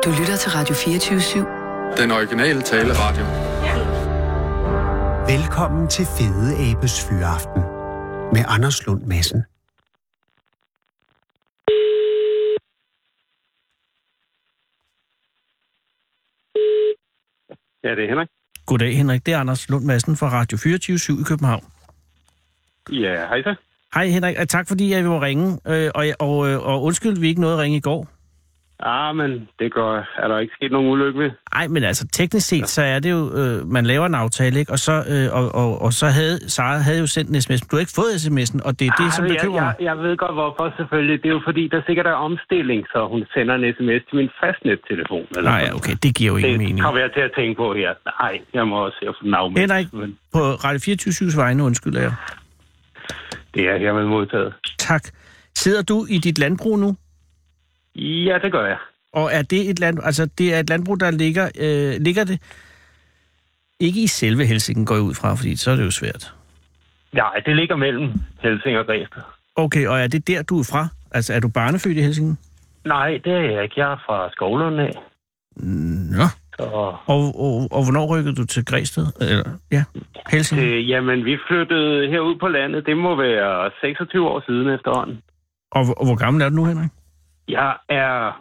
Du lytter til Radio 24/7. Den originale taleradio. Velkommen til Fede Abes Fyraften med Anders Lund Madsen. Ja, det er Henrik. Goddag Henrik, det er Anders Lund Madsen fra Radio 24/7 i København. Ja, hej så. Hej Henrik, tak fordi jeg vil ringe, og undskyld, vi ikke nåede at ringe i går. Men det er der ikke sket nogen ulykke ved? Nej, men altså teknisk set, så er det jo, man laver en aftale, ikke? Og så havde Sara jo sendt en sms, men du har ikke fået sms'en, og det er det, som bekymrer mig. Jeg ved godt hvorfor selvfølgelig. Det er jo fordi, der sikkert er omstilling, så hun sender en sms til min fastnet-telefon. Nej, okay, det giver jo ingen mening. Det kommer jeg til at tænke på her. Nej, jeg må også se at få den afmeldt. Henrik, på Radio 24/7's vegne undskylder jeg. Det er hermed modtaget. Tak. Sidder du i dit landbrug nu? Ja, det gør jeg. Og er det et landbrug, altså det er et landbrug, der ligger det ikke i selve Helsinge, går jeg ud fra, fordi så er det jo svært. Nej, det ligger mellem Helsinge og Græsted. Okay, og er det der, du er fra? Altså, er du barnefødt i Helsinge? Nej, det er jeg ikke. Jeg er fra Skovlund af. Nå. Så... Og hvornår rykkede du til Græsted? Eller, ja, Helsinge? Jamen, vi flyttede herud på landet. Det må være 26 år siden efterhånden. Og hvor gammel er du nu, Henrik? Jeg er...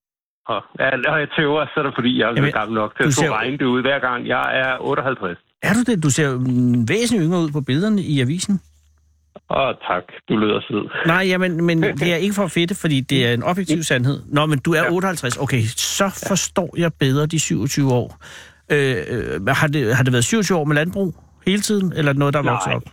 Når jeg tøver, så er det fordi, jeg er gammel nok til at få regne det ud hver gang. Jeg er 58. Er du det? Du ser væsentligt yngre ud på billederne i avisen. Tak. Du lyder sød. Nej, men det er ikke for fedte, fordi det er en objektiv sandhed. Nå, men du er 58. Okay, så forstår jeg bedre de 27 år. Har det været 27 år med landbrug hele tiden, eller noget, der er vokset op?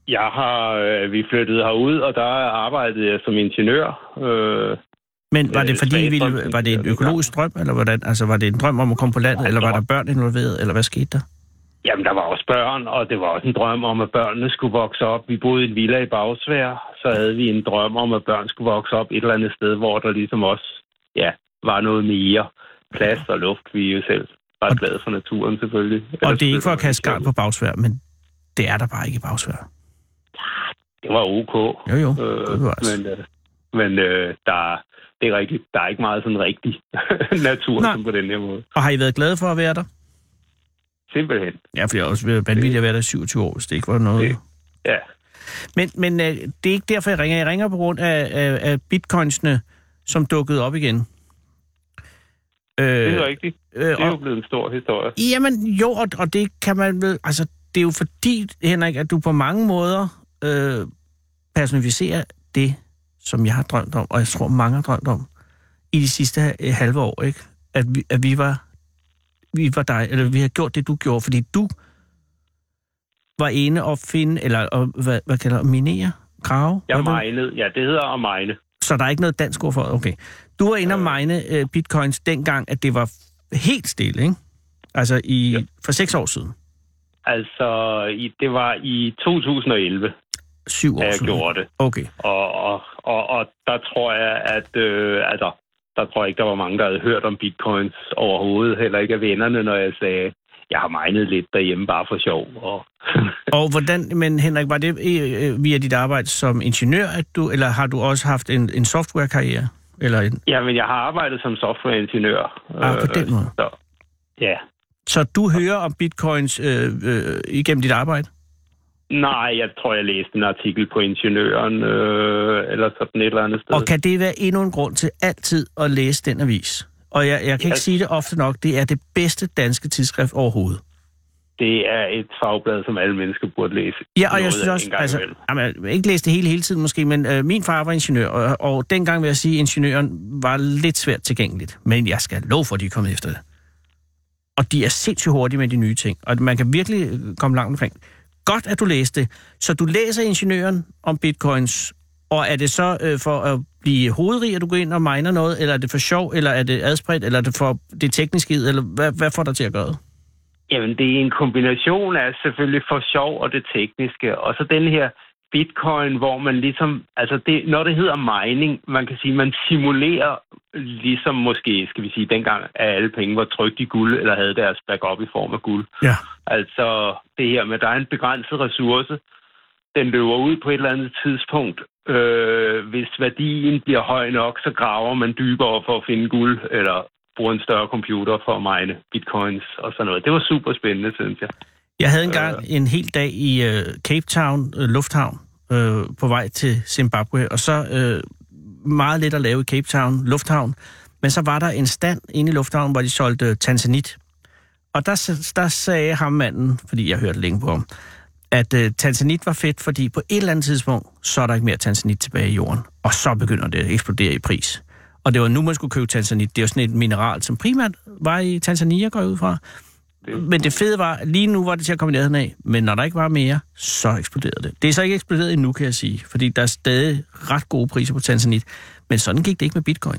Vi flyttede herud, og der arbejdede jeg som ingeniør. Men var det fordi, var det en økologisk drøm, eller hvordan? Altså, var det en drøm om at komme på landet, eller var der børn involveret, eller hvad skete der? Jamen, der var også børn, og det var også en drøm om, at børnene skulle vokse op. Vi boede i en villa i Bagsvær, så havde vi en drøm om, at børn skulle vokse op et eller andet sted, hvor der ligesom også, var noget mere plads og luft. Vi er jo selv ret glade for naturen, selvfølgelig. Og det er ikke for at kaste skarn på Bagsvær, men det er der bare ikke i Bagsvær. Det var ok. Jo, det var altså. Men det er rigtigt. Der er ikke meget sådan rigtig natur som på den her måde. Og har I været glade for at være der? Simpelthen. Ja, for jeg har også været vanvittigt at være der i 27 år, hvis det ikke var noget. Ja. Men det er ikke derfor, jeg ringer. Jeg ringer på grund af bitcoinsene, som dukkede op igen. Det er rigtigt. Det er jo blevet en stor historie. Jamen jo, og det kan man vel... Altså, det er jo fordi, Henrik, at du på mange måder personificerer det, som jeg har drømt om, og jeg tror, mange har drømt om, i de sidste halve år, ikke? At vi var dig, eller vi har gjort det, du gjorde, fordi du var inde og finde, eller hvad kalder det, minere, grave? Jeg minede, ja, det hedder at mine. Så der er ikke noget dansk ord for, okay. Du var inde og mine bitcoins dengang, at det var helt stille, ikke? Altså for 6 år siden. Altså, det var i 2011. 7 år siden. Jeg gjorde det. Okay. Og der tror jeg, at der tror jeg ikke, der var mange, der havde hørt om bitcoins overhovedet. Heller ikke af vennerne, når jeg sagde, jeg har minet lidt derhjemme bare for sjov. Og hvordan, men Henrik, var det via dit arbejde som ingeniør, eller har du også haft en softwarekarriere? Jamen, jeg har arbejdet som softwareingeniør. På den måde? Ja. Så du hører om bitcoins igennem dit arbejde? Nej, jeg tror, jeg læste en artikel på Ingeniøren, eller sådan et eller andet sted. Og kan det være endnu en grund til altid at læse den avis? Og jeg kan ikke sige det ofte nok, det er det bedste danske tidsskrift overhovedet. Det er et fagblad, som alle mennesker burde læse. Ja, og jeg synes også, jeg ikke læse det hele tiden måske, men min far var ingeniør, og dengang vil jeg sige, at ingeniøren var lidt svært tilgængeligt. Men jeg skal love for, at de er kommet efter det. Og de er sindssygt hurtige med de nye ting, og man kan virkelig komme langt omkring. Godt, at du læste det. Så du læser Ingeniøren om bitcoins, og er det så for at blive hovedrig, at du går ind og miner noget, eller er det for sjov, eller er det adspredt, eller er det for det tekniske, eller hvad får dig til at gøre det? Jamen, det er en kombination af selvfølgelig for sjov og det tekniske, og så den her bitcoin, hvor man ligesom, altså når det hedder mining, man kan sige, man simulerer ligesom måske, skal vi sige, dengang at alle penge var trykt i guld, eller havde deres backup i form af guld. Ja. Altså det her med, der er en begrænset ressource, den løber ud på et eller andet tidspunkt. Hvis værdien bliver høj nok, så graver man dybere for at finde guld, eller bruger en større computer for at mine bitcoins og sådan noget. Det var super spændende, synes jeg. Jeg havde engang en hel dag i Cape Town lufthavn på vej til Zimbabwe, og så meget lidt at lave i Cape Town lufthavn, men så var der en stand inde i lufthavnen, hvor de solgte tanzanit. Og der sagde ham manden, fordi jeg hørte længe på ham, at tanzanit var fedt, fordi på et eller andet tidspunkt, så er der ikke mere tanzanit tilbage i jorden, og så begynder det at eksplodere i pris. Og det var nu, man skulle købe tanzanit. Det er jo sådan et mineral, som primært var i Tanzania, går jeg ud fra. Men det fede var, lige nu var det til at komme i nærheden af, men når der ikke var mere, så eksploderede det. Det er så ikke eksploderet endnu, kan jeg sige, fordi der er stadig ret gode priser på tanzanit. Men sådan gik det ikke med bitcoin.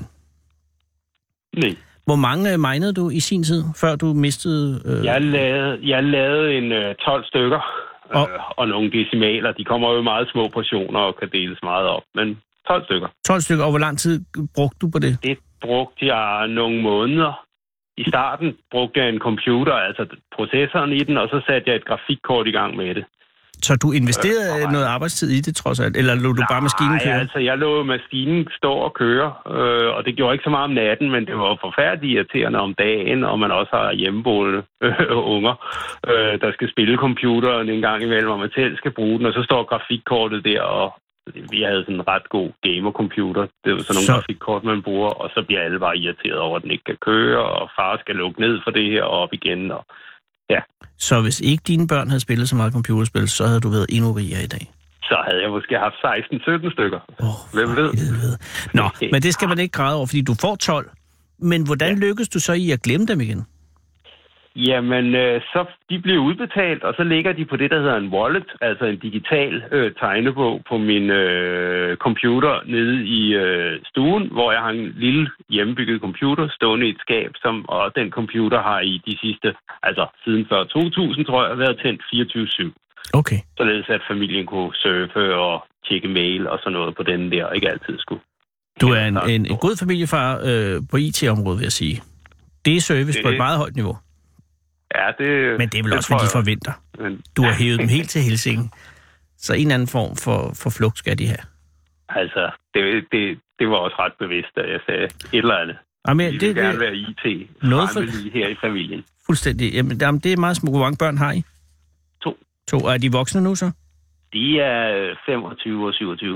Nej. Hvor mange minede du i sin tid, før du mistede... Jeg lavede en 12 stykker, og nogle decimaler. De kommer jo i meget små portioner og kan deles meget op, men 12 stykker. 12 stykker, og hvor lang tid brugte du på det? Det brugte jeg nogle måneder. I starten brugte jeg en computer, altså processoren i den, og så satte jeg et grafikkort i gang med det. Så du investerede noget arbejdstid i det, trods alt? Eller lod du bare maskinen køre? Nej, altså jeg lod maskinen stå og køre, og det gjorde ikke så meget om natten, men det var forfærdeligt irriterende om dagen, og man også har hjemmeboende unger, der skal spille computeren en gang imellem, og man selv skal bruge den, og så står grafikkortet der, og vi havde sådan en ret god gamer-computer. Det er jo sådan nogle grafikkort, man bruger, og så bliver alle bare irriteret over, at den ikke kan køre, og far skal lukke ned for det her og op igen, og ja. Så hvis ikke dine børn havde spillet så meget computerspil, så havde du været endnu rigere i dag? Så havde jeg måske haft 16-17 stykker. Hvem ved? Nå, men det skal man ikke græde over, fordi du får 12. Men hvordan lykkes du så i at glemme dem igen? Jamen, så de bliver udbetalt, og så ligger de på det, der hedder en wallet, altså en digital tegnebog på min computer nede i stuen, hvor jeg har en lille hjemmebygget computer stående i et skab, og den computer har i de sidste, altså siden før 2000, tror jeg, været tændt 24/7. Okay. Således at familien kunne surfe og tjekke mail og sådan noget på den der, og ikke altid skulle. Du er en god familiefar på IT-området, vil jeg sige. Det er service på et meget højt niveau. Ja, men det er vel også, hvad de forventer. Du har hævet dem helt til Helsinge. Så en anden form for flugt skal de have. Altså, det var også ret bevidst, at jeg sagde et eller andet. Jamen, det vil gerne være IT. Noget for her i familien. Fuldstændig. Jamen, det er meget smukt. Hvor mange børn har I? 2. Og er de voksne nu så? De er 25 og 27.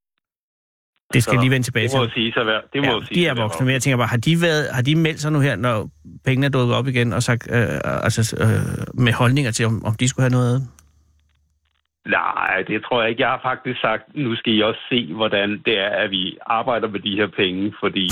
Det skal lige vende tilbage til. Det må sige så være. De er voksne, men jeg tænker bare, har de meldt sig nu her, når pengene er dukket op igen, og sagt, med holdninger til, om de skulle have noget? Nej, det tror jeg ikke. Jeg har faktisk sagt, nu skal I også se, hvordan det er, at vi arbejder med de her penge, fordi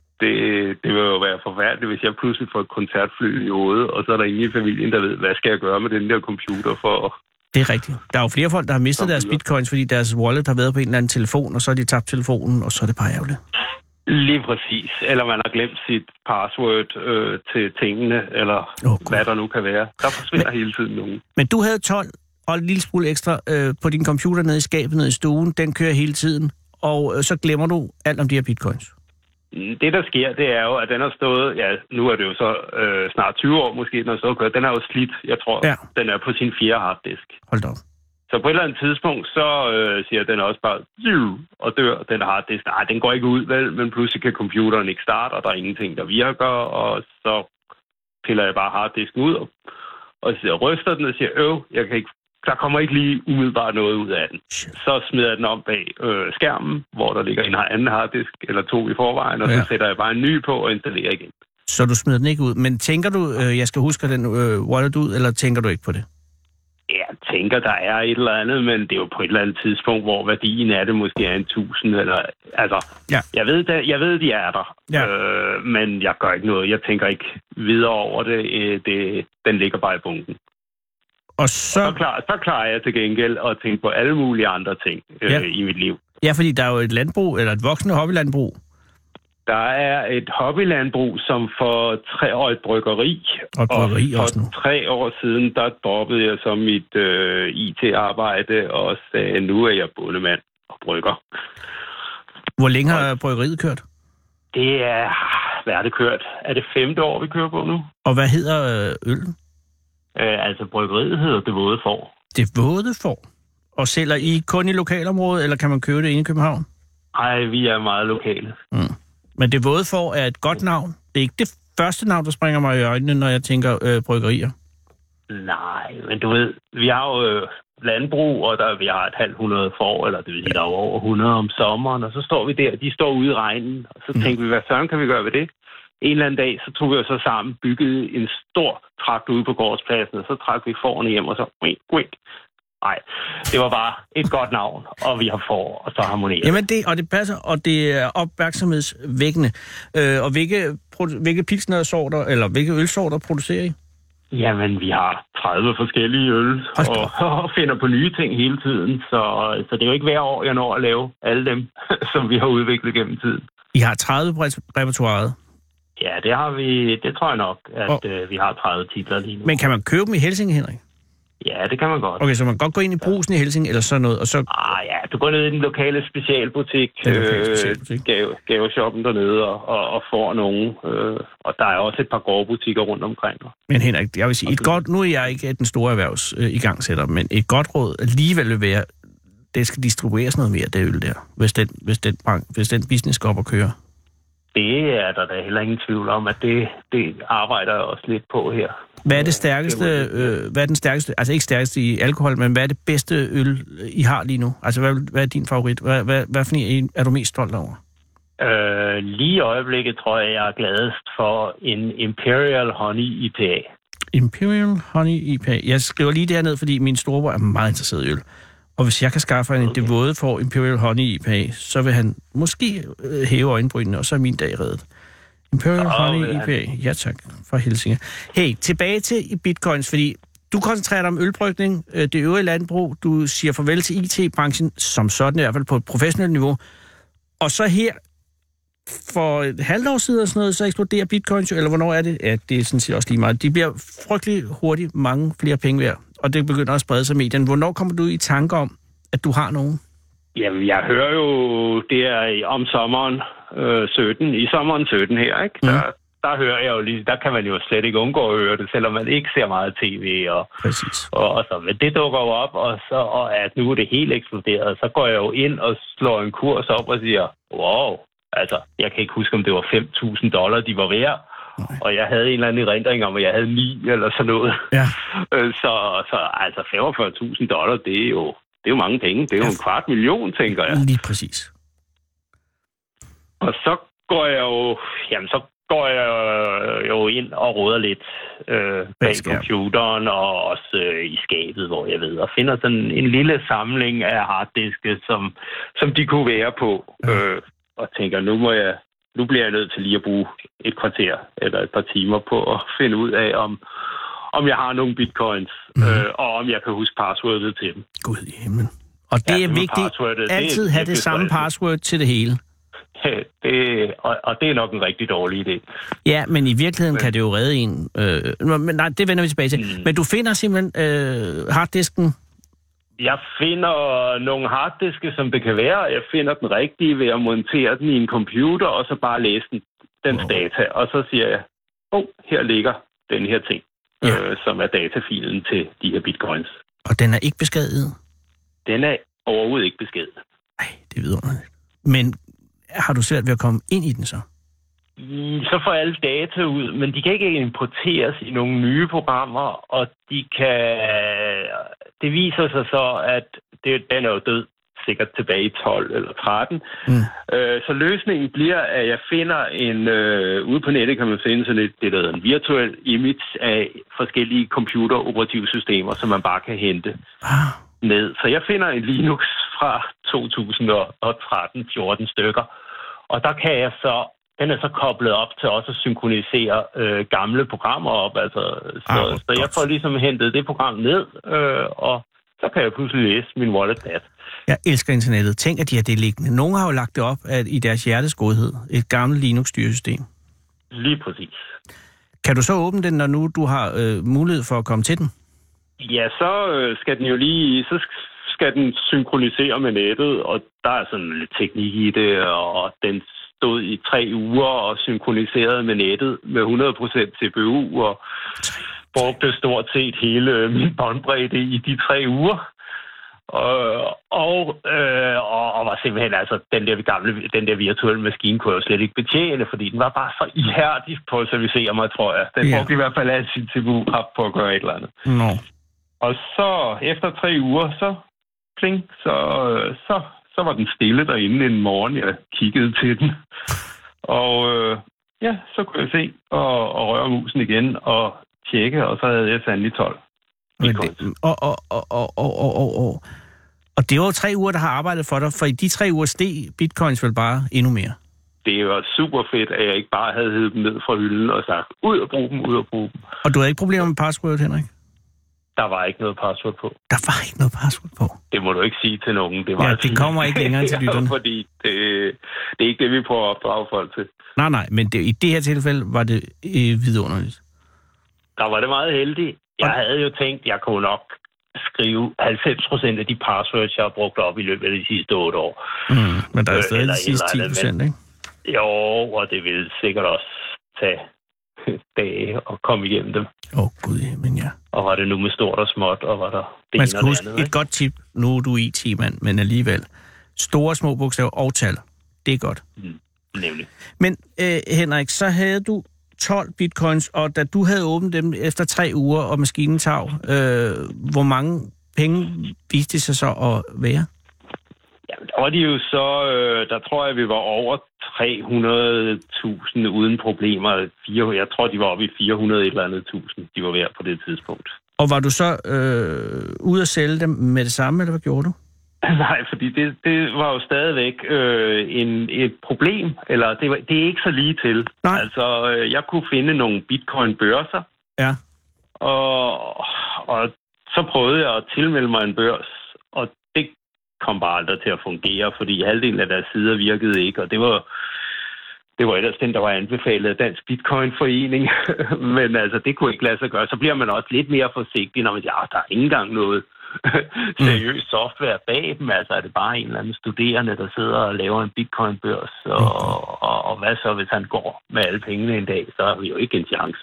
det vil jo være forfærdeligt, hvis jeg pludselig får et koncertfly i hovedet, og så er der ingen i familien, der ved, hvad skal jeg gøre med den der computer for. Det er rigtigt. Der er jo flere folk, der har mistet deres bitcoins, fordi deres wallet har været på en eller anden telefon, og så har de tabt telefonen, og så er det bare ærgerligt. Lige præcis. Eller man har glemt sit password til tingene, eller hvad der nu kan være. Der forsvinder hele tiden nogen. Men du havde 12 og en lille smule ekstra på din computer nede i skabet, nede i stuen. Den kører hele tiden, og så glemmer du alt om de her bitcoins. Det, der sker, det er jo, at den har stået, ja, nu er det jo så snart 20 år måske, den har stået kørt. Den er jo slidt, jeg tror, den er på sin 4. harddisk. Hold da op. Så på et eller andet tidspunkt, så siger den også bare, og dør den harddisk. Nej, den går ikke ud, vel, men pludselig kan computeren ikke starte, og der er ingenting, der virker, og så piller jeg bare harddisken ud, og så ryster den og siger, jeg kan ikke, der kommer ikke lige umiddelbart noget ud af den. Så smider jeg den om bag skærmen, hvor der ligger en anden harddisk, eller 2 i forvejen, og så sætter jeg bare en ny på og installerer igen. Så du smider den ikke ud. Men tænker du, jeg skal huske den wallet ud, eller tænker du ikke på det? Jeg tænker, der er et eller andet, men det er jo på et eller andet tidspunkt, hvor værdien af det måske er 1000, eller altså, jeg ved, de er der, men jeg gør ikke noget. Jeg tænker ikke videre over det. Den ligger bare i bunken. Og så klarer jeg til gengæld at tænke på alle mulige andre ting i mit liv. Ja, fordi der er jo et landbrug, eller et voksende hobbylandbrug. Der er et hobbylandbrug, som for 3 år et bryggeri. Og for 3 år siden, der droppede jeg så mit IT-arbejde og sagde, nu er jeg bondemand og brygger. Hvor længe har bryggeriet kørt? Det er, hvad er det kørt? Er det 5. år, vi kører på nu? Og hvad hedder øllen? Altså bryggeriet hedder Det Våde Får. Det Våde Får? Og sælger I kun i lokalområdet, eller kan man købe det inde i København? Nej, vi er meget lokale. Men Det Våde Får er et godt navn. Det er ikke det første navn, der springer mig i øjnene, når jeg tænker bryggerier? Nej, men du ved, vi har jo landbrug, og vi har 500 får, eller det vil sige, der er over 100 om sommeren, og så står vi der, de står ude i regnen, og så tænker vi, hvad søren kan vi gøre ved det? En eller anden dag, så tog vi så sammen, byggede en stor trakt ude på gårdspladsen, og så trak vi fårene hjem, og så nej, det var bare et godt navn, og vi har får, og så harmonerer. Jamen det passer, og det er opmærksomhedsvækkende. Og hvilke pilsnersorter, eller hvilke ølsorter producerer I? Jamen, vi har 30 forskellige øl, og finder på nye ting hele tiden, så det er jo ikke hver år, jeg når at lave alle dem, som vi har udviklet gennem tiden. I har 30 repertoiret? Ja, det har vi. Det tror jeg nok, at vi har 30 titler lige nu. Men kan man købe dem i Helsinge, Henrik? Ja, det kan man godt. Okay, så man kan godt gå ind i Brugsen i Helsinge, eller sådan noget, og så... Ja, du går ned i den lokale specialbutik, gaveshoppen dernede, og får nogen. Og der er også et par gårdbutikker rundt omkring. Men Henrik, jeg vil sige, nu er jeg ikke den store erhvervsigangsætter, men et godt råd alligevel vil være, det skal distribueres noget mere, det øl der, hvis den business går op og kører. Det er der da heller ingen tvivl om, at det arbejder jeg også lidt på her. Hvad er det stærkeste, altså ikke stærkeste i alkohol, men hvad er det bedste øl, I har lige nu? Altså, hvad er din favorit? Hvad for en er du mest stolt over? Lige i øjeblikket tror jeg er gladest for en Imperial Honey IPA. Imperial Honey IPA. Jeg skriver lige det her ned, fordi min storebror er meget interesseret i øl. Og hvis jeg kan skaffe en devåde for Imperial Honey IPA, så vil han måske hæve øjenbrynene, og så er min dag reddet. Imperial Honey IPA. Ja tak, fra Helsinge. Hey, tilbage til bitcoins, fordi du koncentrerer dig om ølbrygning, det øvrige landbrug, du siger farvel til IT-branchen, som sådan i hvert fald på et professionelt niveau. Og så her, for et halvt år siden og sådan noget, så eksploderer bitcoins jo, eller hvornår er det? Ja, det er sådan set også lige meget. De bliver frygtelig hurtigt mange flere penge værd, og det begynder at sprede sig i medierne. Hvornår kommer du i tanke om, at du har nogen? Jamen, jeg hører jo, det er om sommeren 17, i sommeren 17 her, ikke? Der hører jeg jo lige, der kan man jo slet ikke undgå at høre det, selvom man ikke ser meget tv og så. Men det dukker jo op, og at nu er det helt eksploderet, så går jeg jo ind og slår en kurs op og siger, wow, altså, jeg kan ikke huske, om det var $5,000, de var værd. Og jeg havde en eller anden erindring om, at jeg havde 9 eller sådan noget. Ja. Så altså $45,000, det er jo mange penge. Det er jo 250.000, tænker jeg. Lige præcis. Og så går jeg jo ind og råder lidt bag computeren og også i skabet, hvor jeg ved, og finder sådan en lille samling af harddiske, som de kunne være på. Og tænker, nu bliver jeg nødt til lige at bruge et kvarter eller et par timer på at finde ud af, om jeg har nogle bitcoins, og om jeg kan huske passwordet til dem. Gud i himlen. Og det er vigtigt. Altid have det samme password til det hele. Og det er nok en rigtig dårlig idé. Ja, men i virkeligheden kan det jo redde en. Men nej, det vender vi tilbage til. Men du finder simpelthen harddisken? Jeg finder nogle harddiske, som det kan være. Jeg finder den rigtige ved at montere den i en computer, og så bare læse dens data. Og så siger jeg, her ligger den her ting, som er datafilen til de her bitcoins. Og den er ikke beskadiget? Den er overhovedet ikke beskadiget. Nej, det er vidunderligt. Men har du svært ved at komme ind i den så? Så får alle data ud, men de kan ikke importeres i nogle nye programmer, og det viser sig så, at den er jo død sikkert tilbage i 12 eller 13. Så løsningen bliver, at jeg finder ude på nettet kan man finde sådan det der hedder en virtuel image af forskellige computeroperativsystemer, som man bare kan hente ned. Så jeg finder en Linux fra 2013, 14 stykker, og der kan jeg den er så koblet op til også at synkronisere gamle programmer op. Så jeg får ligesom hentet det program ned, og så kan jeg pludselig læse min wallet dat. Jeg elsker internettet. Tænk, at de har det liggende. Nogle har jo lagt det op i deres hjertes godhed. Et gammelt Linux-styresystem. Lige præcis. Kan du så åbne den, når nu du har mulighed for at komme til den? Ja, så skal den jo skal den synkronisere med nettet, og der er sådan lidt teknik i det, og den stod i 3 uger og synkroniserede med nettet med 100% CPU, og brugte stort set hele min båndbredde i de 3 uger. Og var simpelthen, altså, den der virtuelle maskine kunne jeg jo slet ikke betjene, fordi den var bare så ihærdig på at servicere mig, tror jeg. Den brugte i hvert fald al sin CPU-kraft på at gøre et eller andet. No. Og så, efter 3 uger, så var den stille derinde en morgen, jeg kiggede til den. Og så kunne jeg se og røre musen igen og tjekke, og så havde jeg sandelig 12. Og det var 3 uger, der har arbejdet for dig, for i de 3 uger steg bitcoins vel bare endnu mere? Det var super fedt, at jeg ikke bare havde hævet dem ned fra hylden og sagt, ud og bruge dem. Og du havde ikke problemer med password, Henrik? Der var ikke noget password på. Der var ikke noget password på? Det må du ikke sige til nogen. Det kommer ikke længere til lytterne. Fordi det er ikke det, vi prøver at opdrage folk til. Nej, men i det her tilfælde var det vidunderligt. Der var det meget heldigt. Jeg havde jo tænkt, jeg kunne nok skrive 90% af de passwords, jeg har brugt op i løbet af de sidste 8 år. Men der er stadig de sidste 10%, ikke? Jo, og det vil sikkert også tage dage at komme igennem dem. Gud, men ja. Og var det nu med stort og småt, og var der det man skal huske andet, et godt tip. Nu er du IT-mand, men alligevel. Store, små bogstaver og tal. Det er godt. Nemlig. Men Henrik, så havde du 12 bitcoins, og da du havde åbnet dem efter 3 uger, og maskinen tag, hvor mange penge viste det sig så at være? Jamen, der var de jo så, der tror jeg, vi var over 300.000 uden problemer. Jeg tror, de var oppe i 400 et eller andet tusind, de var værd på det tidspunkt. Og var du så ude at sælge dem med det samme, eller hvad gjorde du? Nej, fordi det var jo stadigvæk et problem, eller det er ikke så lige til. Nej. Altså, jeg kunne finde nogle bitcoin-børser, ja. Og så prøvede jeg at tilmelde mig en børs, og det kom bare aldrig til at fungere, fordi halvdelen af deres sider virkede ikke, og det var ellers den, der var anbefalet af Dansk Bitcoin-forening, men altså, det kunne ikke lade sig gøre. Så bliver man også lidt mere forsigtig, når man siger, der er ikke engang noget seriøs software bag dem. Altså, er det bare en eller anden studerende, der sidder og laver en bitcoin-børs, og hvad så, hvis han går med alle pengene en dag, så har vi jo ikke en chance.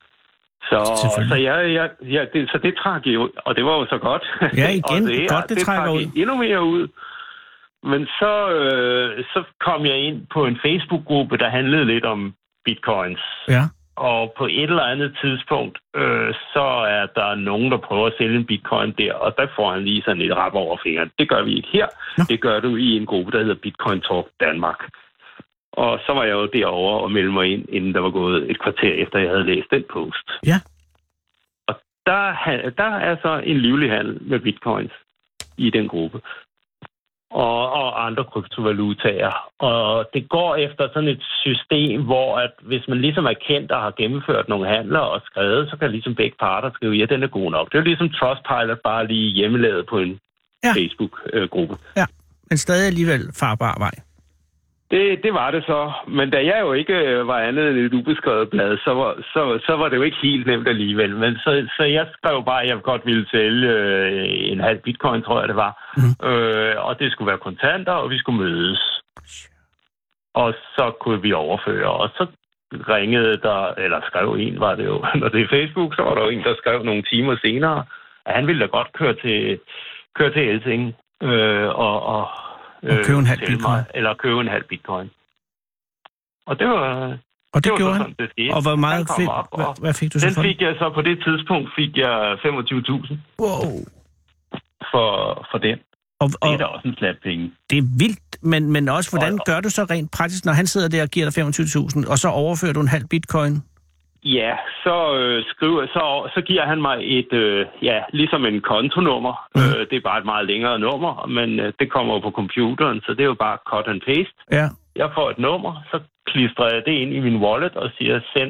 Så det trak jo, og det var jo så godt. Ja, igen, godt det trækker ud. Endnu mere ud. Men så kom jeg ind på en Facebook-gruppe, der handlede lidt om bitcoins. Ja. Og på et eller andet tidspunkt, så er der nogen, der prøver at sælge en bitcoin der, og der får han lige sådan et rap over fingeren. Det gør vi ikke her. Ja. Det gør du i en gruppe, der hedder Bitcoin Talk Danmark. Og så var jeg jo derovre og meldte mig ind, inden der var gået et kvarter efter, jeg havde læst den post. Ja. Og der er så en livlig handel med bitcoins i den gruppe. Og andre kryptovalutaer. Og det går efter sådan et system, hvor at hvis man ligesom er kendt og har gennemført nogle handler og skrevet, så kan ligesom begge parter skrive, ja, den er god nok. Det er jo ligesom Trustpilot, bare lige hjemmelavet på en Facebook-gruppe. Ja, men stadig alligevel farbar vej. Det var det så. Men da jeg jo ikke var andet end et ubeskrevet blad, så var det jo ikke helt nemt alligevel. Men så jeg skrev bare, at jeg godt ville sælge en halv bitcoin, tror jeg det var. Og det skulle være kontanter, og vi skulle mødes. Og så kunne vi overføre. Og så ringede der, eller skrev en, var det jo. Når det er Facebook, så var der jo en, der skrev nogle timer senere, at han ville da godt køre til Elsing og købe en halv bitcoin. Eller købe en halv bitcoin. Og det var... Og det gjorde sådan, det skete. Og hvor meget hvad fik du så for? Den fik jeg så på det tidspunkt, fik jeg 25.000. Wow. For den. Det er da også en slat penge. Det er vildt, men også, hvordan gør du så rent praktisk, når han sidder der og giver dig 25.000, og så overfører du en halv bitcoin? Ja, så giver han mig et, ligesom en kontonummer. Det er bare et meget længere nummer, men det kommer jo på computeren, så det er jo bare cut and paste. Ja. Jeg får et nummer, så klistrer jeg det ind i min wallet og siger, send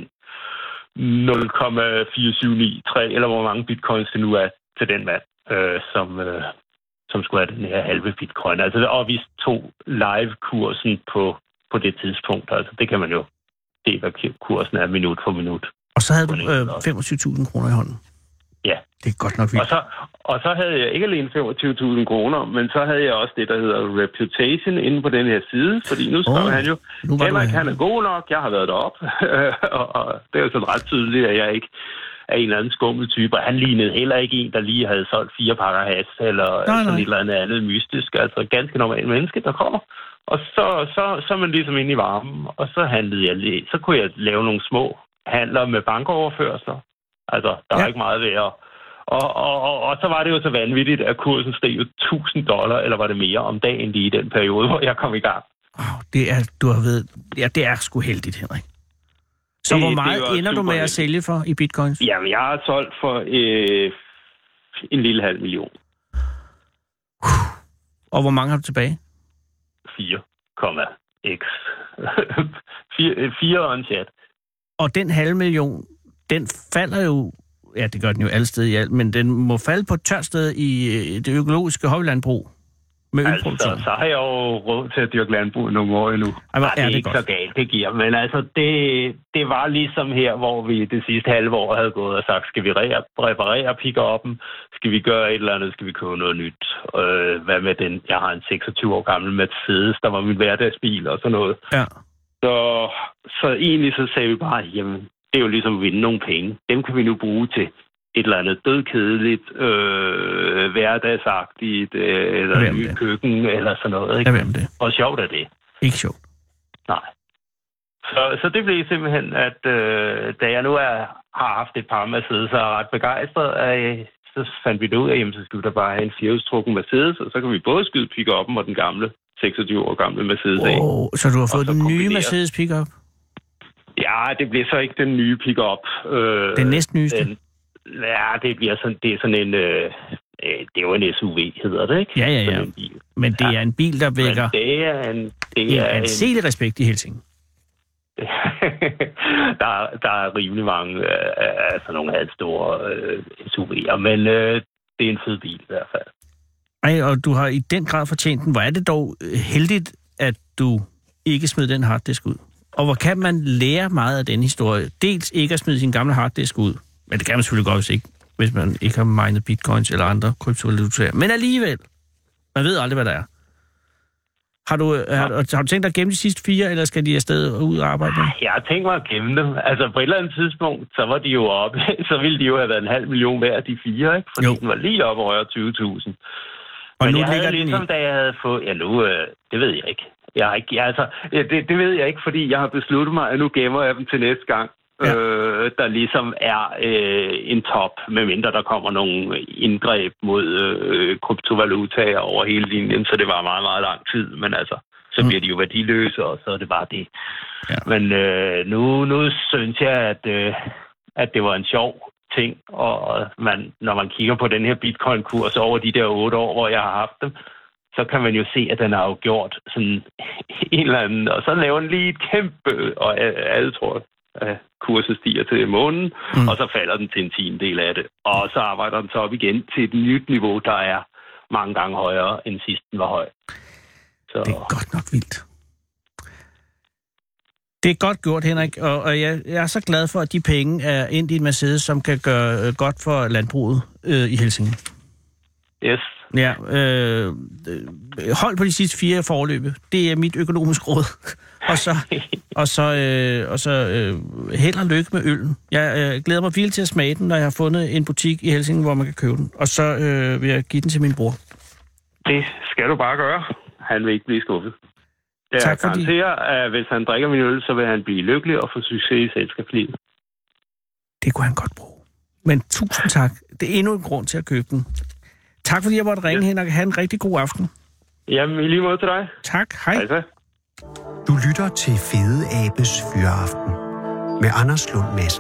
0,4793, eller hvor mange bitcoins det nu er til den mand, som skulle have den her halve bitcoin. Altså, og vi tog live-kursen på det tidspunkt. Altså, det kan man jo se, hvad kursen er minut for minut. Og så havde du 25.000 kroner i hånden? Ja. Det er godt nok vildt. Og så havde jeg ikke alene 25.000 kroner, men så havde jeg også det, der hedder reputation inde på den her side, fordi nu skrev han jo, Henrik, han er god nok, jeg har været deroppe, og det er jo sådan ret tydeligt, at jeg ikke af en eller anden skummel type, og han lignede heller ikke en, der lige havde solgt 4 pakker has, eller sådan et eller andet mystisk. Altså ganske normalt menneske, der kommer. Og så er man ligesom inde i varmen, og så så kunne jeg lave nogle små handler med bankoverførsler. Altså, der var ikke meget ved at... Og så var det jo så vanvittigt, at kursen steg jo $1,000, eller var det mere, om dagen lige i den periode, hvor jeg kom i gang. Det er sgu heldigt, Henrik. Så hvor meget ender du med at sælge for i bitcoins? Jamen, jeg har solgt for en lille 500.000. Og hvor mange har du tilbage? 4,x. 4 og en chat. Og den 500.000, den falder jo... Ja, det gør den jo alle steder i alt, men den må falde på et tørt sted i det økologiske hobbylandbrug med ølproduktion. Altså, så har jeg jo råd til at dyrke landbrug nogle år endnu. Det er ikke godt. Så galt, det giver. Men altså, det var ligesom her, hvor vi det sidste halve år havde gået og sagt, skal vi reparere pick-up'en? Skal vi gøre et eller andet? Skal vi købe noget nyt? Hvad med den? Jeg har en 26 år gammel Mercedes, der var min hverdagsbil og sådan noget. Ja. Så egentlig så sagde vi bare, jamen, det er jo ligesom at vinde nogle penge. Dem kan vi nu bruge til et eller andet dødkedeligt, hverdagsagtigt, eller et nyt køkken, eller sådan noget. Ikke? Det. Og sjovt er det. Ikke sjovt. Nej. Så det blev simpelthen, at da jeg nu har haft et par Mercedes, så er jeg ret begejstret af, så fandt vi det ud af, jamen, så skulle der bare have en firehjulstrukken Mercedes, og så kan vi både skyde pick-up'en og den gamle, 26 år gamle Mercedes af. Så du har fået den nye Mercedes pick-up? Ja, det bliver så ikke den nye pick-up. Den næstnyeste? Det bliver sådan, det er sådan en... det er jo en SUV, hedder det, ikke? Ja. Men det er en bil, der vækker... Det er en selig respekt i Helsinge. der er rimelig mange af sådan nogle halvstore SUV'er, men det er en fed bil i hvert fald. Ej, og du har i den grad fortjent den. Hvor er det dog heldigt, at du ikke smed den harddisk ud? Og hvor kan man lære meget af den historie? Dels ikke at smide sin gamle harddisk ud, men det kan man selvfølgelig godt, hvis man ikke har minet bitcoins eller andre kryptovalutaer. Men alligevel, man ved aldrig, hvad der er. Har du tænkt dig at gemme de sidste 4, eller skal de afsted ud og arbejde med? Jeg har tænkt mig at gemme dem. Altså på et eller andet tidspunkt, så var de jo oppe. Så ville de jo have været 500.000 hver, de 4, ikke? Fordi den var lige oppe over 20.000. Og men nu jeg ligger havde ligesom, da jeg havde fået... Ja, nu... det ved jeg ikke. Det ved jeg ikke, fordi jeg har besluttet mig, at nu gemmer jeg dem til næste gang. Ja. Der ligesom er en top, medmindre der kommer nogle indgreb mod kryptovalutaer over hele linjen, så det var meget, meget lang tid, men altså, så bliver de jo værdiløse, og så er det bare det. Ja. Men nu synes jeg, at det var en sjov ting, og når man kigger på den her bitcoin-kurs over de der 8 år, hvor jeg har haft dem, så kan man jo se, at den har jo gjort sådan en eller anden, og så laver den lige et kæmpe, og alle tror, at kurset stiger til månen, og så falder den til en 10% af det. Og så arbejder den så op igen til et nyt niveau, der er mange gange højere, end sidst den var høj. Så... Det er godt nok vildt. Det er godt gjort, Henrik, og jeg er så glad for, at de penge er endt i en Mercedes, som kan gøre godt for landbruget i Helsinge. Yes. Ja, hold på de sidste 4 forløbe. Det er mit økonomisk råd. og så held og lykke med øllen. Jeg glæder mig vildt til at smage den, når jeg har fundet en butik i Helsinge, hvor man kan købe den. Og så vil jeg give den til min bror. Det skal du bare gøre. Han vil ikke blive skuffet. Jeg tak fordi... garanterer, at hvis han drikker min øl, så vil han blive lykkelig og få succes i selskabslivet. Det kunne han godt bruge. Men tusind tak. Det er endnu en grund til at købe den. Tak fordi jeg måtte ringe, Henrik. Ha' en rigtig god aften. Jamen, i lige måde til dig. Tak. Hej. Hej. Du lytter til Fede Abes Fyraften med Anders Lund Madsen.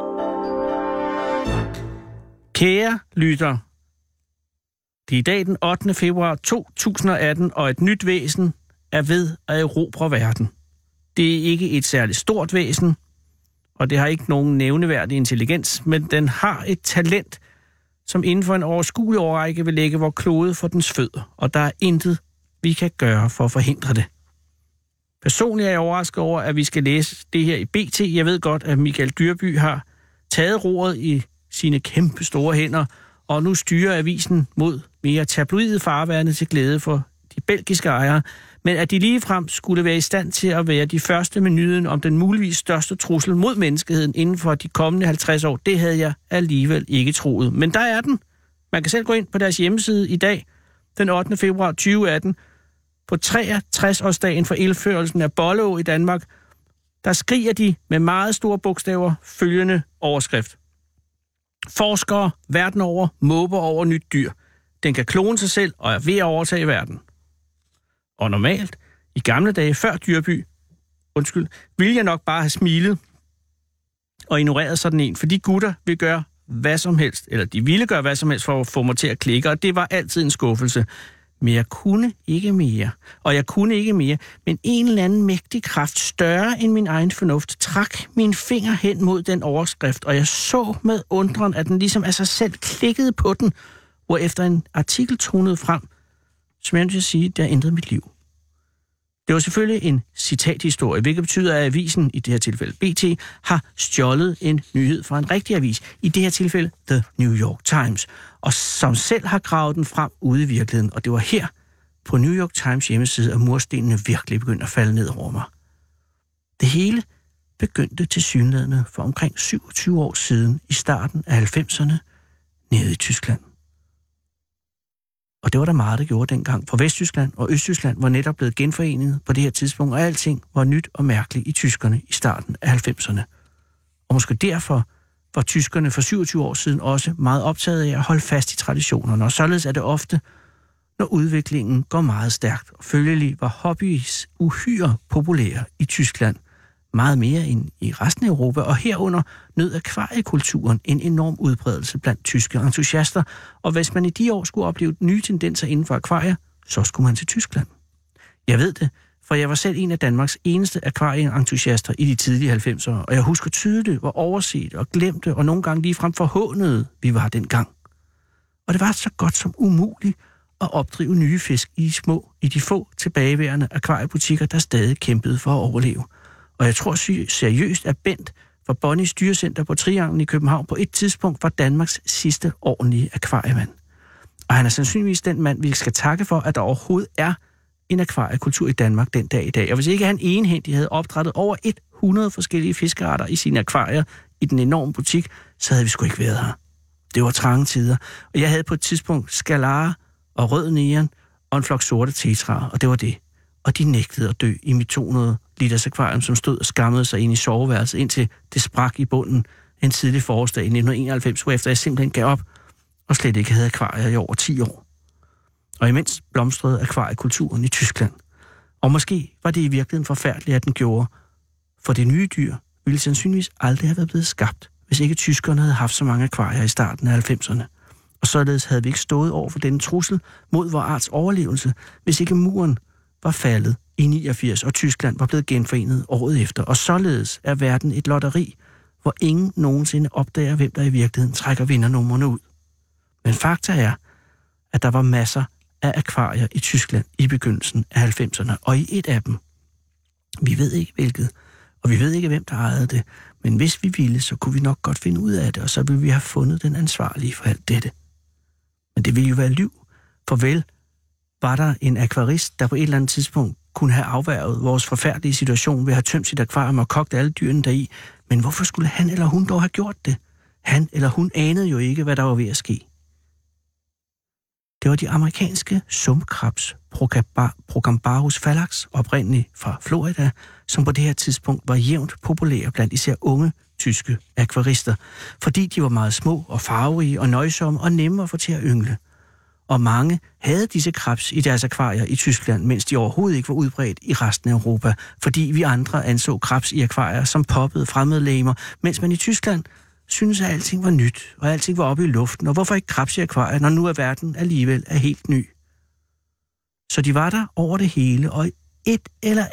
Kære lytter, det er i dag den 8. februar 2018, og et nyt væsen er ved at erobre verden. Det er ikke et særligt stort væsen, og det har ikke nogen nævneværdig intelligens, men den har et talent, som inden for en overskuelig årrække vil lægge vor klode for dens fødder, og der er intet, vi kan gøre for at forhindre det. Personligt er jeg overrasket over, at vi skal læse det her i BT. Jeg ved godt, at Michael Dyrby har taget roret i sine kæmpe store hænder, og nu styrer avisen mod mere tabloide farvande til glæde for de belgiske ejere. Men at de ligefrem skulle være i stand til at være de første med nyheden om den muligvis største trussel mod menneskeheden inden for de kommende 50 år, det havde jeg alligevel ikke troet. Men der er den. Man kan selv gå ind på deres hjemmeside i dag, den 8. februar 2018, på 63-årsdagen for indførelsen af Bolleå i Danmark, der skriger de med meget store bogstaver følgende overskrift. Forskere verden over måber over nyt dyr. Den kan klone sig selv og er ved at overtage verden. Og normalt, i gamle dage før Dyrby, ville jeg nok bare have smilet og ignoreret sådan en, for de gutter vil gøre hvad som helst, eller de ville gøre hvad som helst for at få mig til at klikke, og det var altid en skuffelse. Men jeg kunne ikke mere, men en eller anden mægtig kraft, større end min egen fornuft, trak min finger hen mod den overskrift, og jeg så med undren, at den ligesom af sig selv klikkede på den, hvorefter en artikel tonede frem, som jeg vil sige, der ændrede mit liv. Det var selvfølgelig en citathistorie, hvilket betyder, at avisen, i det her tilfælde BT, har stjålet en nyhed fra en rigtig avis, i det her tilfælde The New York Times, og som selv har gravet den frem ude i virkeligheden. Og det var her på New York Times hjemmeside, at murstenene virkelig begyndte at falde ned over mig. Det hele begyndte tilsyneladende for omkring 27 år siden i starten af 90'erne nede i Tyskland. Og det var der meget, der gjorde dengang, for Vesttyskland og Østtyskland var netop blevet genforenet på det her tidspunkt, og alting var nyt og mærkeligt i tyskerne i starten af 90'erne. Og måske derfor var tyskerne for 27 år siden også meget optaget af at holde fast i traditionerne, og således er det ofte, når udviklingen går meget stærkt, og følgelig var hobbies uhyre populære i Tyskland, meget mere end i resten af Europa, og herunder nød akvariekulturen en enorm udbredelse blandt tyske entusiaster, og hvis man i de år skulle opleve nye tendenser inden for akvarier, så skulle man til Tyskland. Jeg ved det, for jeg var selv en af Danmarks eneste akvarieentusiaster i de tidlige 90'ere, og jeg husker tydeligt, hvor overset og glemte, og nogle gange ligefrem forhånede vi var dengang. Og det var så godt som umuligt at opdrive nye fisk i de få tilbageværende akvariebutikker, der stadig kæmpede for at overleve. Og jeg tror seriøst, at Bent fra Bonnies Dyrecenter på Trianglen i København på et tidspunkt var Danmarks sidste ordentlige akvariemand. Og han er sandsynligvis den mand, vi skal takke for, at der overhovedet er en akvariekultur i Danmark den dag i dag. Og hvis ikke han egenhændigt havde opdrættet over 100 forskellige fiskearter i sine akvarier i den enorme butik, så havde vi sgu ikke været her. Det var trange tider. Og jeg havde på et tidspunkt skalare og rød neon og en flok sorte tetraer, og det var det. Og de nægtede at dø i mit 200 liters akvarium, som stod og skammede sig ind i soveværelset, indtil det sprak i bunden en tidlig forårsdag i 1991, hvorefter jeg simpelthen gav op og slet ikke havde akvarier i over 10 år. Og imens blomstrede akvariekulturen i Tyskland. Og måske var det i virkeligheden forfærdeligt, at den gjorde, for det nye dyr ville sandsynligvis aldrig have været blevet skabt, hvis ikke tyskerne havde haft så mange akvarier i starten af 90'erne. Og således havde vi ikke stået over for denne trussel mod vores arts overlevelse, hvis ikke muren var faldet i 89, og Tyskland var blevet genforenet året efter. Og således er verden et lotteri, hvor ingen nogensinde opdager, hvem der i virkeligheden trækker vindernumrene ud. Men fakta er, at der var masser af akvarier i Tyskland i begyndelsen af 90'erne, og i et af dem, vi ved ikke hvilket, og vi ved ikke, hvem der ejede det, men hvis vi ville, så kunne vi nok godt finde ud af det, og så ville vi have fundet den ansvarlige for alt dette. Men det ville jo være lyv, for vel var der en akvarist, der på et eller andet tidspunkt kunne have afværget vores forfærdelige situation ved at have tømt sit akvarium og kogt alle dyrene deri. Men hvorfor skulle han eller hun dog have gjort det? Han eller hun anede jo ikke, hvad der var ved at ske. Det var de amerikanske sumpkrabs, Progambarus fallax, oprindeligt fra Florida, som på det her tidspunkt var jævnt populære blandt især unge tyske akvarister, fordi de var meget små og farverige og nøjsomme og nemme at få til at yngle. Og mange havde disse krebs i deres akvarier i Tyskland, mens de overhovedet ikke var udbredt i resten af Europa, fordi vi andre anså krebs i akvarier som poppede fremmedlegemer, mens man i Tyskland syntes, at alting var nyt, og alting var oppe i luften, og hvorfor ikke krebs i akvarier, når nu er verden alligevel er helt ny? Så de var der over det hele, og i et eller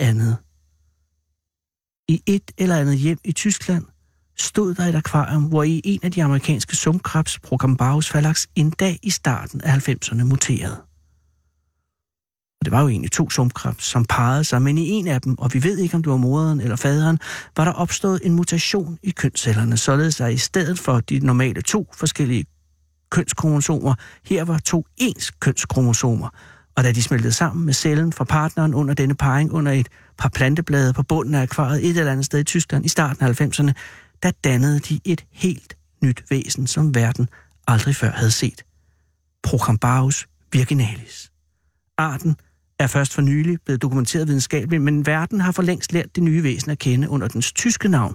andet hjem i Tyskland stod der et akvarium, hvor i en af de amerikanske sumpkrabs, Progambarus fallax, en dag i starten af 90'erne muterede. Og det var jo egentlig 2 sumpkrabs, som parrede sig, men i en af dem, og vi ved ikke, om det var moderen eller faderen, var der opstået en mutation i kønscellerne, således der i stedet for de normale 2 forskellige kønskromosomer, her var 2 ens kønskromosomer. Og da de smeltede sammen med cellen fra partneren under denne parring under et par planteblade på bunden af akvariet et eller andet sted i Tyskland i starten af 90'erne, der dannede de et helt nyt væsen, som verden aldrig før havde set. Procambarus virginalis. Arten er først for nylig blevet dokumenteret videnskabeligt, men verden har for længst lært det nye væsen at kende under dens tyske navn,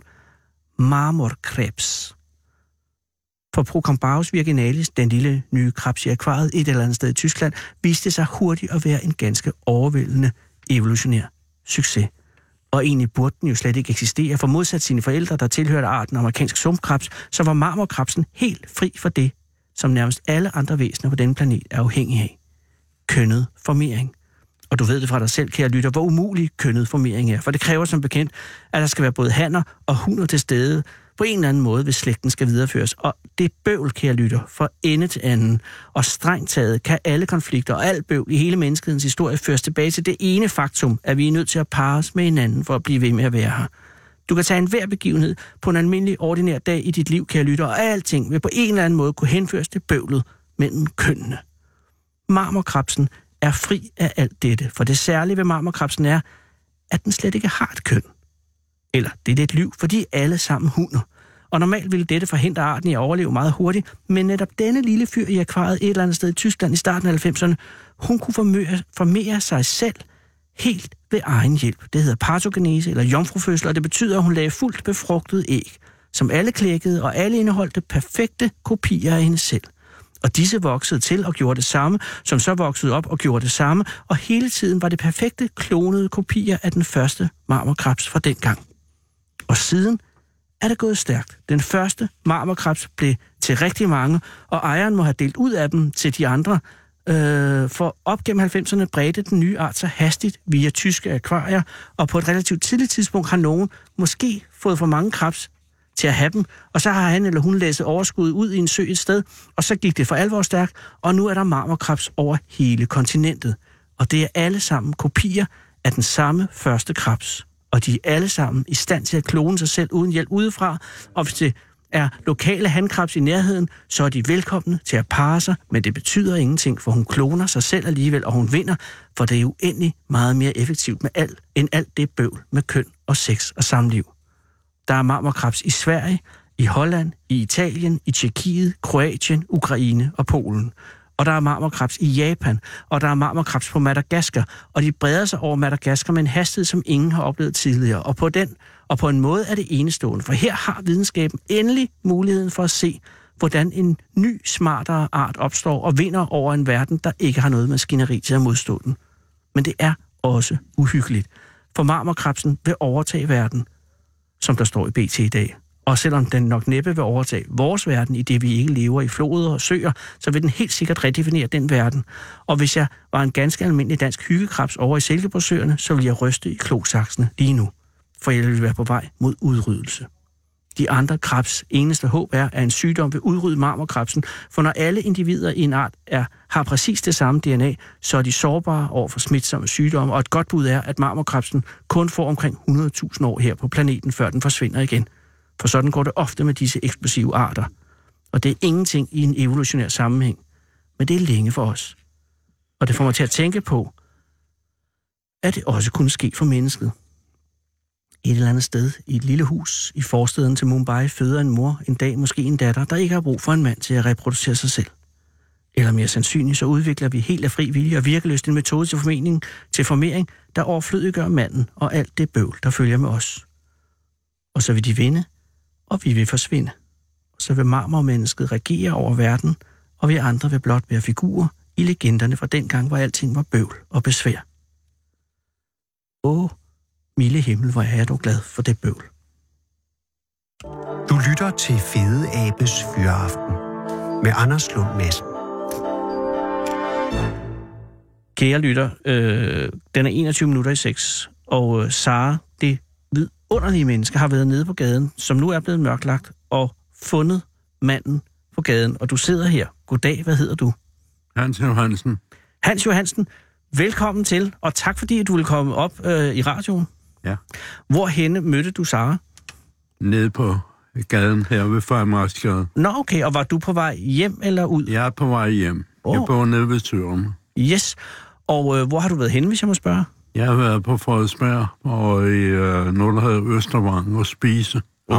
marmorkrebs. For Procambarus virginalis, den lille nye krebs i akvariet et eller andet sted i Tyskland, viste sig hurtigt at være en ganske overvældende evolutionær succes. Og egentlig burde den jo slet ikke eksistere, for modsat sine forældre, der tilhørte arten amerikansk sumpkrebs, så var marmorkrebsen helt fri for det, som nærmest alle andre væsener på denne planet er afhængige af. Kønnet formering. Og du ved det fra dig selv, kære lytter, hvor umulig kønnet formering er. For det kræver som bekendt, at der skal være både hanner og hunner til stede på en eller anden måde, hvis slægten skal videreføres. Og det bøvl, kære lytter, fra ende til anden. Og strengt taget kan alle konflikter og alt bøvl i hele menneskehedens historie føres tilbage til det ene faktum, at vi er nødt til at parre os med hinanden for at blive ved med at være her. Du kan tage enhver begivenhed på en almindelig, ordinær dag i dit liv, kære lytter, og alting vil på en eller anden måde kunne henføres til bøvlet mellem kønnene. Marmorkrebsen er fri af alt dette, for det særlige ved marmorkrebsen er, at den slet ikke har et køn. Eller det er lidt liv, for de er alle sammen hunner. Og normalt ville dette forhindre arten i at overleve meget hurtigt, men netop denne lille fyr i akvariet et eller andet sted i Tyskland i starten af 90'erne, hun kunne formere sig selv helt ved egen hjælp. Det hedder partogenese eller jomfrufødsel, og det betyder, at hun lagde fuldt befrugtede æg, som alle klækkede, og alle indeholdte perfekte kopier af hende selv. Og disse voksede til og gjorde det samme, som så voksede op og gjorde det samme, og hele tiden var det perfekte klonede kopier af den første marmorkrebs fra dengang. Og siden er det gået stærkt. Den første marmorkrebs blev til rigtig mange, og ejeren må have delt ud af dem til de andre, for op gennem 90'erne bredte den nye art sig hastigt via tyske akvarier, og på et relativt tidligt tidspunkt har nogen måske fået for mange krebs til at have dem, og så har han eller hun læsset overskuddet ud i en sø et sted, og så gik det for alvor stærkt, og nu er der marmorkrebs over hele kontinentet. Og det er alle sammen kopier af den samme første krebs. Og de er alle sammen i stand til at klone sig selv uden hjælp udefra, og hvis det er lokale hankrebs i nærheden, så er de velkomne til at parre sig, men det betyder ingenting, for hun kloner sig selv alligevel, og hun vinder, for det er uendelig meget mere effektivt med end alt det bøvl med køn og sex og samliv. Der er marmorkrebs i Sverige, i Holland, i Italien, i Tjekkiet, Kroatien, Ukraine og Polen. Og der er marmorkrebs i Japan, og der er marmorkrebs på Madagaskar, og de breder sig over Madagaskar med en hastighed, som ingen har oplevet tidligere. Og på en måde er det enestående, for her har videnskaben endelig muligheden for at se, hvordan en ny, smartere art opstår og vinder over en verden, der ikke har noget maskineri til at modstå den. Men det er også uhyggeligt, for marmorkrebsen vil overtage verden, som der står i BT i dag. Og selvom den nok næppe vil overtage vores verden, i det vi ikke lever i floder og søer, så vil den helt sikkert redefinere den verden. Og hvis jeg var en ganske almindelig dansk hyggekrebs over i Silkeborgsøerne, så ville jeg ryste i klosaksene lige nu, for jeg ville være på vej mod udryddelse. De andre krebs eneste håb er, at en sygdom vil udrydde marmorkrebsen, for når alle individer i en art har præcis det samme DNA, så er de sårbare over for smitsomme sygdomme, og et godt bud er, at marmorkrebsen kun får omkring 100.000 år her på planeten, før den forsvinder igen. For sådan går det ofte med disse eksplosive arter. Og det er ingenting i en evolutionær sammenhæng, men det er længe for os. Og det får mig til at tænke på, at det også kunne ske for mennesket. Et eller andet sted i et lille hus i forsteden til Mumbai føder en mor en dag måske en datter, der ikke har brug for en mand til at reproducere sig selv. Eller mere sandsynligt, så udvikler vi helt af fri vilje og virkelyst en metode til formering, der overflødiggør manden og alt det bøvl, der følger med os. Og så vil de vinde, og vi vil forsvinde. Og så vil marmormennesket regere over verden, og vi andre vil blot være figurer i legenderne fra dengang, hvor alting var bøvl og besvær. Milde himmel, hvor er du glad for det bøvl. Du lytter til Fede Abes Fyraften med Anders Lund Madsen. Kære lytter, den er 21 minutter i 6, og Sara, det vidunderlige menneske, har været nede på gaden, som nu er blevet mørklagt, og fundet manden på gaden, og du sidder her. Goddag, hvad hedder du? Hans Johansen. Hans Johansen, velkommen til, og tak fordi du ville komme op i radioen. Ja. Hvorhenne mødte du Sara? Nede på gaden her ved Frederiksgade. Nå, okay, og var du på vej hjem eller ud? Jeg er på vej hjem. Jeg bor nede ved Sørum. Yes, Og hvor har du været henne, hvis jeg må spørge? Jeg har været på Frederiksberg og i noget, der hedder Østervang og spise.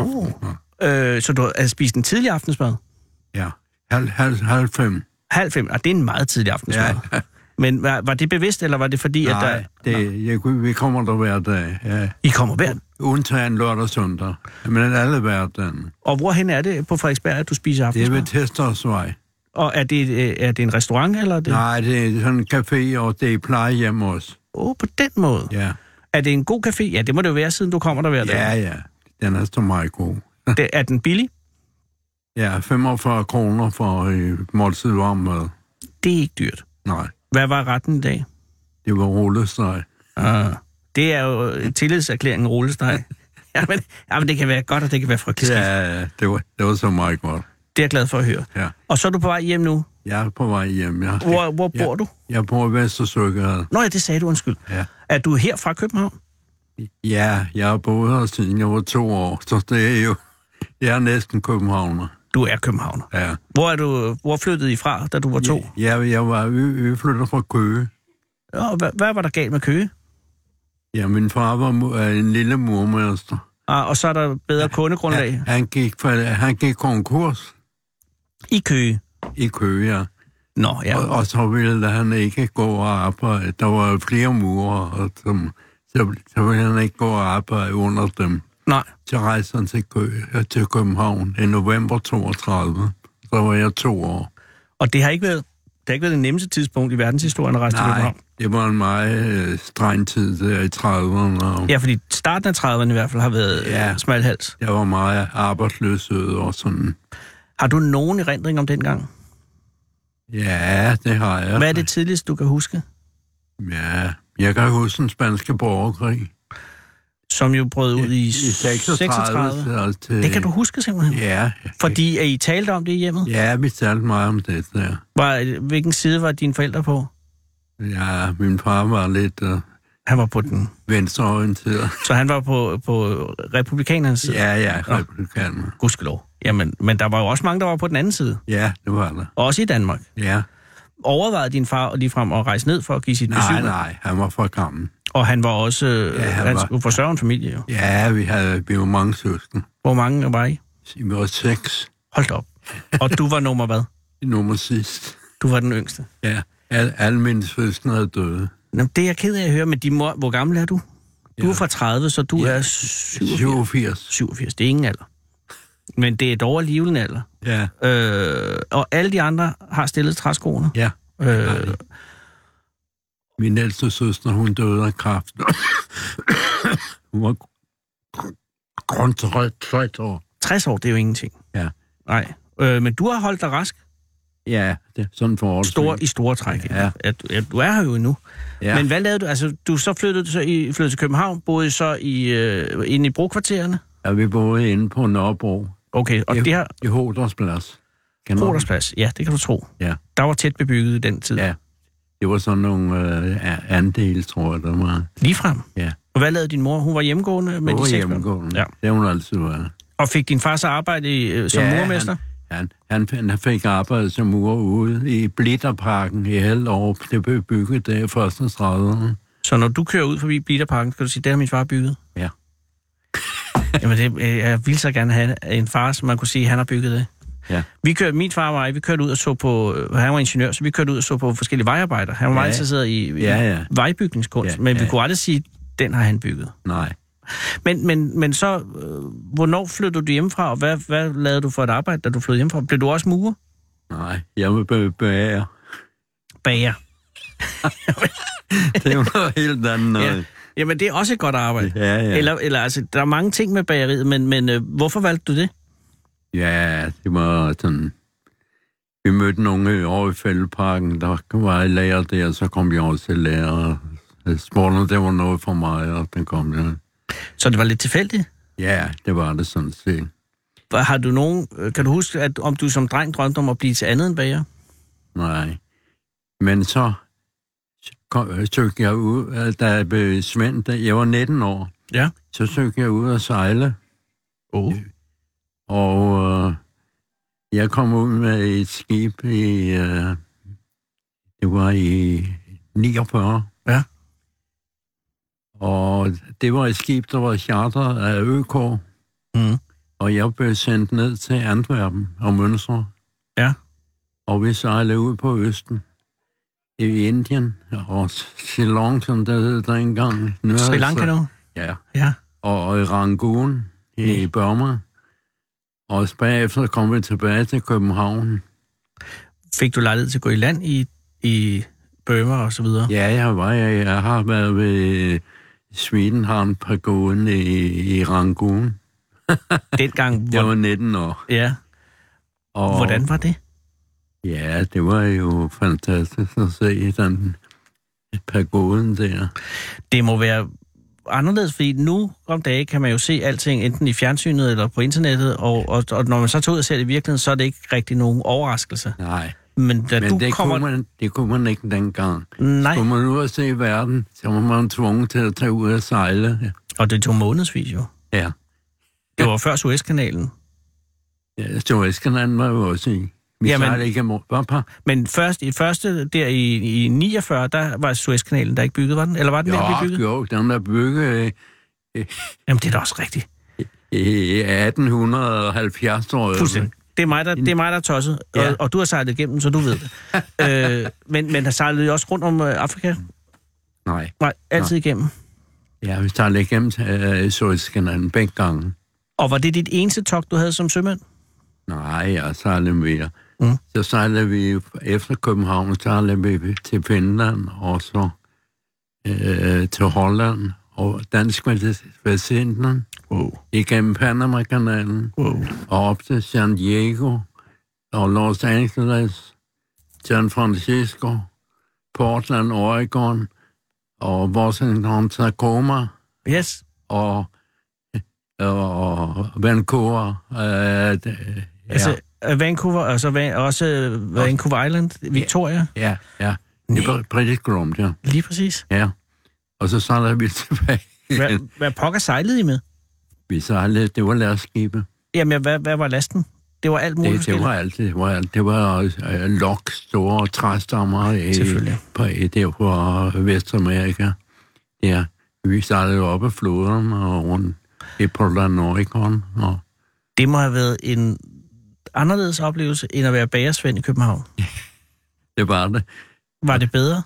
Så du har spist en tidlig aftensmad? Ja, halv fem. 5:30, og det er en meget tidlig aftensmad. Ja. Men var det bevidst, eller var det fordi, Nej, at der... vi kommer der hver dag. Ja. I kommer hver? Undtagen lørdag og søndag. Men alle hverdagen. Og hvorhen er det på Frederiksberg, at du spiser aftensmad? Det er ved Testersvej. Og er det en restaurant, eller er det? Nej, det er sådan en café, og det er plejehjem også. På den måde? Ja. Er det en god café? Ja, det må det jo være, siden du kommer der hver dag. Ja. Den er så meget god. Er den billig? Ja, 45 kroner for måltid varm mad. Det er ikke dyrt. Nej. Hvad var retten i dag? Det var rullesteg. Det er jo tillidserklæringen rullesteg. Jamen, det kan være godt, og det kan være frygteligt. Ja, det var så meget godt. Det er jeg glad for at høre. Ja. Og så er du på vej hjem nu? Jeg er på vej hjem, ja. Hvor bor du? Jeg bor i Vestersøgade. Nå ja, det sagde du, undskyld. Ja. Er du her fra København? Ja, jeg har boet her siden jeg var 2 år, så det er jo... Jeg er næsten københavner. Du er københavner? Ja. Hvor flyttede I fra, da du var 2? Ja, jeg var flyttet fra Køge. Og hvad var der galt med Køge? Ja, min far var en lille murmester. Og så er der bedre kundegrundlag? Ja, han gik konkurs. I Køge? I Køge, ja. Nå, ja. Og så ville han ikke gå og arbejde. Der var flere murer, og så ville han ikke gå og arbejde under dem. Nej. Så rejste han til København i november 32. Så var jeg 2 år. Og det har ikke været det nemmeste tidspunkt i verdenshistorien at rejse til København? Nej, det var en meget streng tid der i 30'erne. Ja, fordi starten af 30'erne i hvert fald har været smalhals. Jeg var meget arbejdsløshed og sådan. Har du nogen erindring om dengang? Ja, det har jeg. Hvad er det tidligste, du kan huske? Ja, jeg kan huske den spanske borgerkrig. Som jo brød ud i 36. Det kan du huske simpelthen? Ja. Fordi I talte om det i hjemmet? Ja, vi talte meget om det der. Hvilken side var dine forældre på? Ja, min far var lidt... Han var på den... venstreorienteret. Så han var på republikanernes side? Ja, republikaner. Gudskelov. Jamen, men der var jo også mange, der var på den anden side. Ja, det var der. Også i Danmark? Ja. Overvejede din far ligefrem at rejse ned for at give sit besøg? Nej, han var fra Kampen. Og han var også... han skulle forsørge en familie, jo. Ja, vi var mange søsken. Hvor mange var I? Vi var 6. Hold op. Og du var nummer hvad? Nummer sidst. Du var den yngste? Ja, alle mine søsken er døde. Nå, det er jeg ked af at høre, men hvor gammel er du? Du er fra 30, så du er 87. 87, det er ingen alder. Men det er dog alligevel alder. Ja. Og alle de andre har stillet træskoene? Ja. Min ældste søster, hun døde af kræft. Hun var rundt 60 år. 60 år, det er jo ingenting. Ja. Nej. Men du har holdt dig rask? Ja, det er sådan forhold. I store træk. Ja. Du er her jo endnu. Ja. Men hvad lavede du? Altså, du så flyttede til København, boede så inde i brokvartererne? Ja, vi boede inde på Nørrebro. Okay, og det her... I Hodersplads. Hodersplads, ja, det kan du tro. Ja. Der var tæt bebygget i den tid. Ja. Det var sådan nogle andele, tror jeg, der var. Ligefrem? Ja. Og hvad lavede din mor? Hun var hjemmegående med de 6 børn? Hjemmegående, ja. Det hun altid var. Og fik din far så arbejde som murmester? Han fik arbejde som murer ude i Blitterparken i Hellerup. Det blev bygget der i første 30'erne. Så når du kører ud forbi Blitterparken, skal du sige, der er min far bygget? Ja. Jamen, jeg ville så gerne have en far, som man kunne sige, han har bygget det. Ja. Min far og mig, vi kørte ud og så på, han var ingeniør, så vi kørte ud og så på forskellige vejarbejder. Han var meget interesseret i vejbygningskunst, men vi kunne aldrig sige, den har han bygget. Nej. Men så, hvornår flyttede du hjemmefra, og hvad lavede du for et arbejde, da du flyttede hjemmefra? Blev du også murer? Nej, jeg var bager. Bager? Det er jo noget helt andet noget. Ja. Jamen, det er også et godt arbejde. Ja. Eller altså, der er mange ting med bageriet, men hvorfor valgte du det? Ja, det var sådan... Vi mødte nogle over i Fældeparken, der var i lærer der, så kom jeg også til lærer. Sporten, det var noget for mig, og den kom jeg. Så det var lidt tilfældigt? Ja, det var det sådan set. Har du kan du huske, om du som dreng drømte om at blive til andet end bager? Nej. Men så søgte jeg ud, da jeg blev svendt, jeg var 19 år. Ja. Så søgte jeg ud at sejle. Og jeg kom ud med et skib det var i 49. Ja. Og det var et skib, der var charteret af ØK. Mm. Og jeg blev sendt ned til Antwerpen og Münster. Ja. Og vi sejlede ud på Østen i Indien og Ceylon, som der hed der engang. Sri Lanka nu? Ja. Ja. Og i Rangoon i Burma. Og bagefter kom vi tilbage til København. Fik du lejlighed til at gå i land i Burma og så videre? Ja, jeg har været ved Swedenhavn-pagoden i Rangoon. Dengang... Jeg var 19 år. Ja. Og hvordan var det? Ja, det var jo fantastisk at se den pagoden der. Det må være anderledes, fordi nu om dagen kan man jo se alting enten i fjernsynet eller på internettet, og når man så tager ud og ser det i virkeligheden, så er det ikke rigtig nogen overraskelse. Nej, men det kunne man ikke dengang. Nej. Skulle man ud og se verden, så var man tvunget til at tage ud og sejle. Ja. Og det tog månedsvis jo. Ja. Det var før Suezkanalen. Ja, Suezkanalen var jo også i. Men første der i 49, der var Suezkanalen der ikke bygget, var den? Eller var den der bygget? Jo, den der bygget... Jamen, det er da også rigtigt. I 1870 år. Fuldstændig. Det er mig, der er tosset, ja. Og du har sejlet igennem, så du ved det. Men har sejlet også rundt om Afrika? Nej. Nej, altid igennem? Ja, vi sejlede igennem Suezkanalen begge gange. Og var det dit eneste togt, du havde som sømand? Nej, jeg sejlede mere. Så sejlede vi efter København, så sejlede vi til Finland, og så til Holland, og Dansk Vestindien, igennem Panama-kanalen, og op til San Diego, og Los Angeles, San Francisco, Portland, Oregon, og Washington, Tacoma, yes. og Vancouver. Altså Vancouver, altså også Vancouver Island, Victoria? Ja. Det var British Columbia. Lige præcis. Ja. Og så sejlede vi tilbage. Hvad pokker sejlede I med? Vi sejlede, det var lastskibe. Jamen, hvad var lasten? Det var alt muligt det var alt. Det var lok, store træstammer der fra Vestamerika. Ja, vi sejlede op af floden og rundt i Portland, Oregon. Og... Det må have været en anderledes oplevelse, end at være bagersvend i København. Det var det. Var det bedre?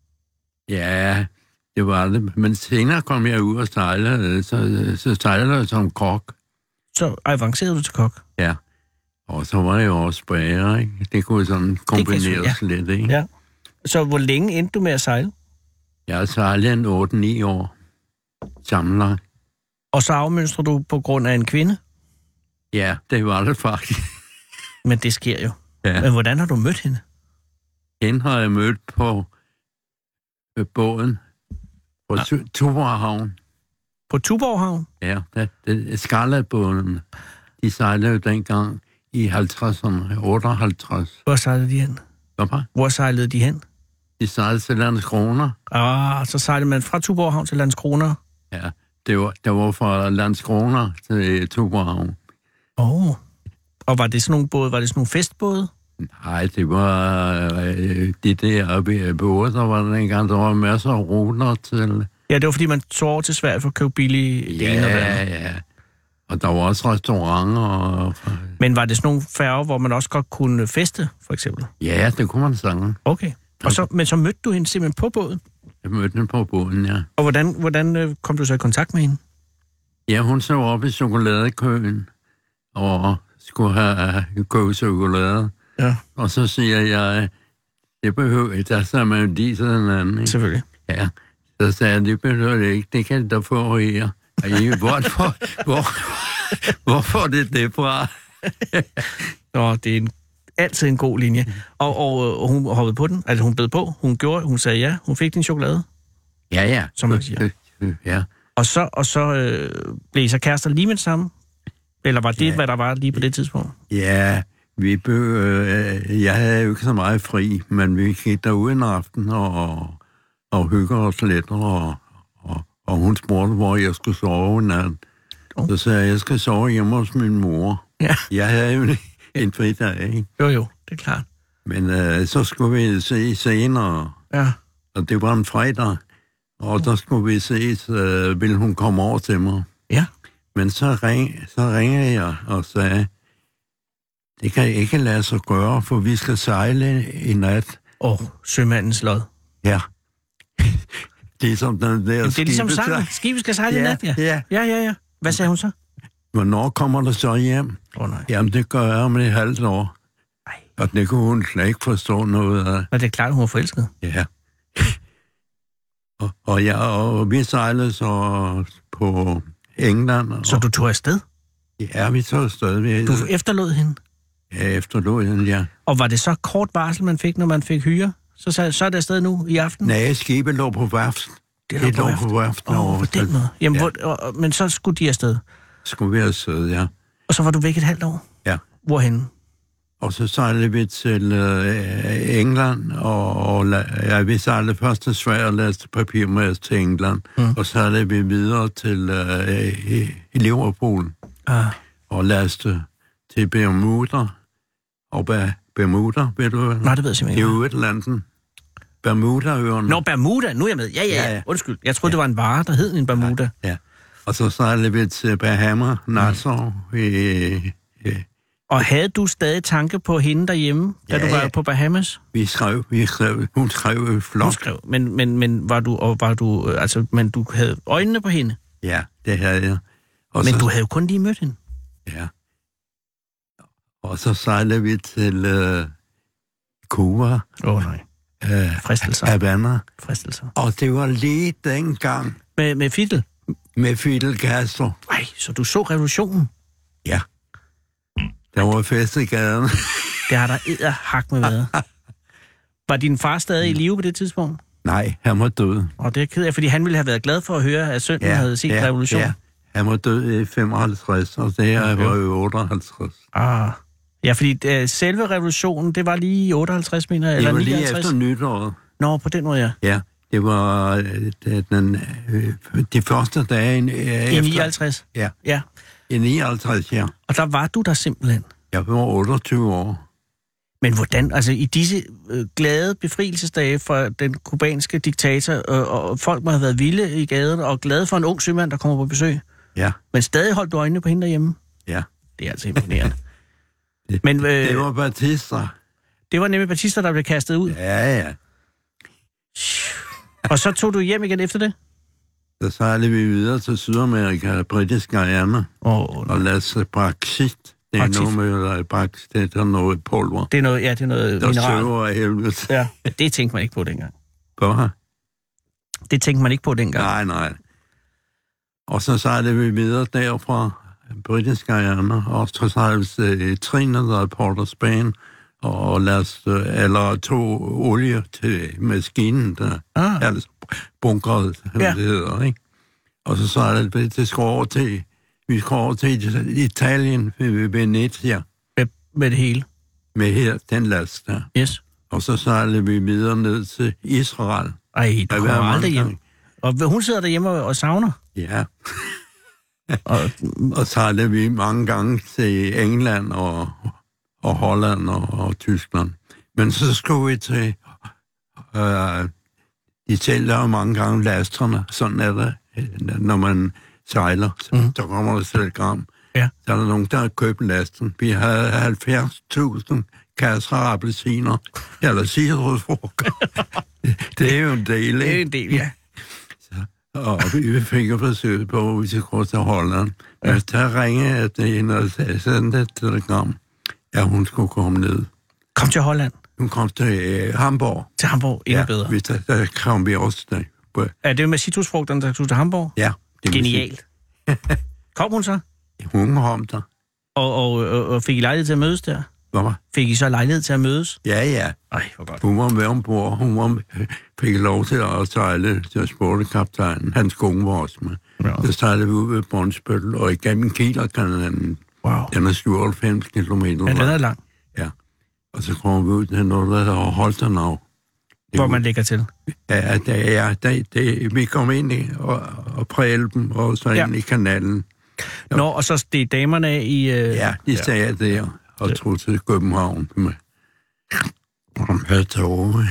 Ja, det var det. Men senere kom jeg ud og sejlede, så sejlede jeg som kok. Så avancerede du til kok? Ja. Og så var jeg jo også bager, ikke? Det kunne sådan kombineres lidt, ikke? Ja. Så hvor længe endte du med at sejle? Jeg har sejlet 8-9 år sammenlagt. Og så afmønstrer du på grund af en kvinde? Ja, det var det faktisk. Men det sker jo. Ja. Men hvordan har du mødt hende? Hende har jeg mødt på båden på Tuborg Havn. På Tuborg Havn? Ja, det Scarlet-båden. De sejlede jo dengang i 50'erne, 58. Hvor sejlede de hen? Hvor sejlede de hen? De sejlede til Landskrona. Så sejlede man fra Tuborg Havn til Landskrona? Ja, det var fra Landskrona til Tuborg Havn. Og var det sådan nogle både? Var det sådan nogle festbåde? Nej, det var de der både, der var dengang, der var masser af ruter til. Ja, det var fordi, man tog over til Sverige for at købe billige dele. Ja. Og der var også restauranter. Men var det sådan nogle færger, hvor man også godt kunne feste, for eksempel? Ja, det kunne man sange. Okay. Men så mødte du hende simpelthen på båden? Jeg mødte hende på båden, ja. Og hvordan kom du så i kontakt med hende? Ja, hun så op i chokoladekøen og skulle have købt chokolade. Ja. Og så siger jeg, det behøver ikke, der sagde man jo de til den anden. Ikke? Selvfølgelig. Ja, så sagde jeg, det behøver det ikke, det kan der få her. Hvorfor det fra? Det er altid en god linje. Og hun hoppede på den, altså hun bed på, hun sagde ja, hun fik din chokolade. Ja. Som man siger. Ja. Og så blev I så kærester lige med det samme? Eller var det, hvad der var lige på det tidspunkt? Ja, jeg havde jo ikke så meget fri, men vi gik derud en aften og hygger os lidt, og hun spurgte, hvor jeg skulle sove en nat. Så sagde jeg skal sove hjemme hos min mor. Ja. Jeg havde jo en fridag, ikke? Jo, det er klart. Men så skulle vi se senere. Ja. Og det var en fredag, og der skulle vi ses, ville hun komme over til mig. Ja. Men så ringede jeg og sagde, det kan ikke lade sig gøre, for vi skal sejle i nat. sømandens lod. Ja. Ligesom den der Jamen, det er ligesom sangen. Skibet skal sejle i nat, ja. Ja. Hvad sagde hun så? Hvornår kommer der så hjem? Nej. Jamen, det gør jeg om et halvt år. Nej. Og det kunne hun slet ikke forstå noget af. Men det er klart, hun var forelsket. Ja. og vi sejlede så på England. Så du tog afsted? Ja, vi tog afsted. Du efterlod hende? Ja, efterlod hende, ja. Og var det så kort varsel, man fik, når man fik hyre? Så er det afsted nu i aften? Nej, skibet lå på værft. Det lå på værft. På den måde. Jamen, ja. Men så skulle de afsted? Skulle vi afsted, ja. Og så var du væk et halvt år? Ja. Hvorhenne? Og så sejlede vi til England, og vi sejlede først til Sverige og lastede papir med os til England, og så sejlede vi videre til Liverpool, og lastede til Bermuda, og Bermuda, ved du hvad? Nej, det ved jeg simpelthen ikke. Det er jo Utlanden. Bermudaøerne. Nå, Bermuda, nu er jeg med. Ja. Undskyld, jeg troede, det var en vare, der hed en Bermuda. Ja. Og så sejlede vi til Bahamas, Nassau. Og havde du stadig tanke på hende derhjemme, da du var på Bahamas? Vi skrev. Hun skrev flot. Hun skrev, men men du havde øjnene på hende? Ja, det havde jeg. Og men så, du havde jo kun lige mødt hende? Ja. Og så sejlede vi til Cuba. Nej. Fristelser. Havana. Fristelser. Og det var lige dengang. Med Fidel? Med Fidel Castro. Nej, så du så revolutionen? Ja. Der var fest i gaden. Det har der edderhak med været. Var din far stadig i live på det tidspunkt? Nej, han var død. Og det er ked af, fordi han ville have været glad for at høre, at sønnen havde set revolutionen. Ja, han var død i 55, og det her var jo 58. Ja, fordi selve revolutionen, det var lige i 58, mener jeg, eller 59? Det var lige efter nytåret. Nå, på den måde, ja. Ja, det var de første dage i 59? Ja. I 59, ja. Og der var du der simpelthen? Jeg var 28 år. Men hvordan, altså i disse glade befrielsesdage for den kubanske diktator, og folk må have været vilde i gaden, og glade for en ung sømand, der kommer på besøg. Ja. Men stadig holdt du øjnene på hende derhjemme? Ja. Det er altså imponerende. Det var Batista. Det var nemlig Batista, der blev kastet ud? Ja. Og så tog du hjem igen efter det? Så sejlede vi videre til Sydamerika, Britisk Guyana, og lastede bauxit. Det er noget med bauxit, det er noget pulver. Det er noget, mineral. Der søver af helvede. Ja, det tænkte man ikke på dengang. Hvad? Det tænkte man ikke på dengang. Nej. Og så sejlede vi videre derfra, Britisk Guyana, og så sejlede vi til Trinidad, Port of Spain, og tog olie til maskinen, der altså bunkret, det hedder, ikke? Og så sejlede vi til vi skulle over til Italien ved Venezia. Med det hele? Med her, den last der. Yes. Og så sejlede vi videre ned til Israel. Ej, du kommer aldrig hjem. Og hun sidder derhjemme og savner? Ja. og sejlede vi mange gange til England og Holland og Tyskland. Men så skulle vi til de tæller jo mange gange lasterne. Sådan er det, når man sejler. Så kommer der telegram. Ja. Så er der nogen, der har købt lasten. Vi havde 70.000 kasser af appelsiner. Eller citrusfrugt. Det er jo en del, ikke? Det er en del, ja. Og vi fik jo forsøgt på, at vi skulle gå til Holland. Men der ringede jeg til hende og sendte et telegram, at hun skulle komme ned. Kom til Holland? Hun kom til Hamburg. Til Hamburg, endnu bedre. Der kom vi også der. Er det med citrusfrugterne, der tog til Hamburg? Ja. Genialt. Kom hun så? Hun kom der. Og fik I lejlighed til at mødes der? Hvad? Fik I så lejlighed til at mødes? Ja. Ej, hvor godt. Hun var med ombord. Fik lov til at sejle til sportekaptajnen. Hans kone var også med. Ja. Så sejlede vi ud ved Brønsbøl og igennem Kielerkanalen. Wow. Den er 97 kilometer. Ja, den er lang. Ja. Og så kommer vi ud til noget, der hedder Holtenau. Hvor man ligger til? Ja, vi kom ind og prægte dem, og så ind i kanalen. Nå, og så steg damerne af i... Ja, de steg der og tog til København med tog.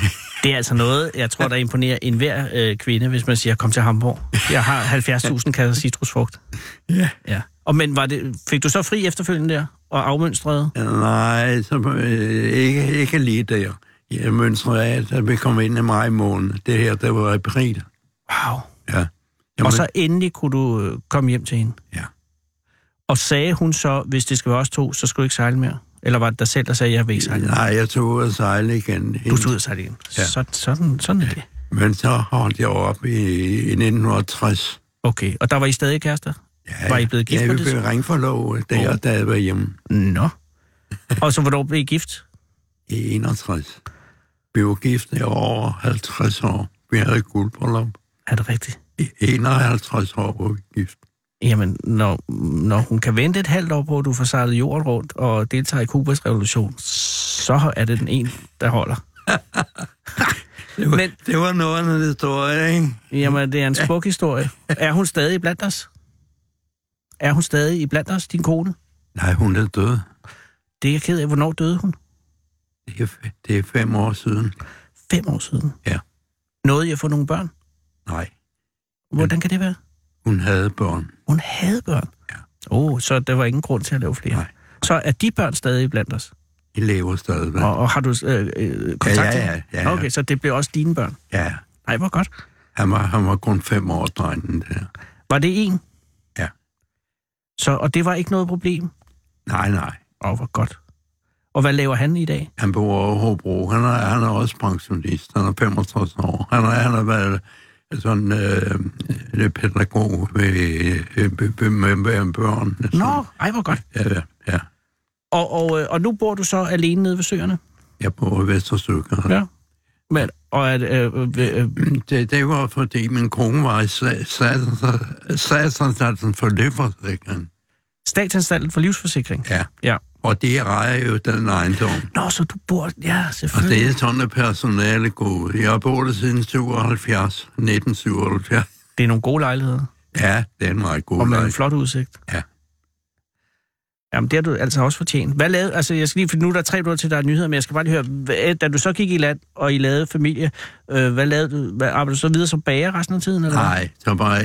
Det er altså noget, jeg tror, der imponerer enhver kvinde, hvis man siger, kom til Hamburg. Jeg har 70.000 kasser citrusfrugt. Ja. Og men fik du så fri efterfølgende der, og afmønstrede? Nej, så, ikke lige der. Jeg mønstrede af, at vi kom ind i maj måned. Det her, der var april. Wow. Ja. Jamen, og så endelig kunne du komme hjem til hende? Ja. Og sagde hun så, hvis det skal være os to, så skulle du ikke sejle mere? Eller var det dig selv, der sagde, at jeg vil ikke sejle? Nej, jeg tog ud at sejle igen. Du tog ud at sejle igen? Ja. Sådan er det. Men så holdt jeg op i 1960. Okay, og der var I stadig kærester? Ja, var I blevet gift på det? Ja, vi blev ringforlovet der, da jeg var hjemme. Nå. Og så hvornår blev I gift? I 61. Vi var gift i over 50 år. Vi havde guldbryllup. Er det rigtigt? I 51 år var vi gift. Jamen, når hun kan vente et halvt år på, at du får sejlet jorden rundt og deltager i Kubas revolution, så er det den en, der holder. Det var noget af en historie, ikke? Jamen, det er en smuk historie. Er hun stadig blandt os? Er hun stadig blandt os, din kone? Nej, hun er død. Det er jeg ked af. Hvornår døde hun? Det er 5 år siden. 5 år siden? Ja. Nåede I at få nogle børn? Nej. Hvordan kan det være? Hun havde børn. Hun havde børn? Ja. Så der var ingen grund til at lave flere? Nej. Så er de børn stadig blandt os? De lever stadig. Og har du kontakt til? Ja. Okay, så det blev også dine børn? Ja. Nej, hvor godt. Han var kun 5 år, drengen der. Var det en? Ja. Og det var ikke noget problem? Nej. Hvor godt. Og hvad laver han i dag? Han bor over Hobro. Han er også pensionist. Han er 65 år. Han har været sådan pædagog med børn. Nå, hvor godt. Ja. Og nu bor du så alene nede ved søerne? Jeg bor i Vestersøgade. Ja. Men, det var fordi min kone var i statsanstalten for livsforsikring. Statsanstalten for livsforsikring? Ja. Og det ejer jo den ejendom. Nå, så du bor... Ja, selvfølgelig. Og det er sådan et personale gode. Jeg har boet der siden 1977. Det er nogle gode lejligheder? Ja, det er en meget god lejlighed. Og med en flot udsigt? Ja. Jamen, det har du altså også fortjent. Hvad lavede... Altså, jeg skal lige... For nu er der 3 minutter til, der er nyheder, men jeg skal bare lige høre... Da du så gik i land, og I lavede familie, hvad lavede du? Arbejdede du så videre som bager resten af tiden, eller? Nej, så bare...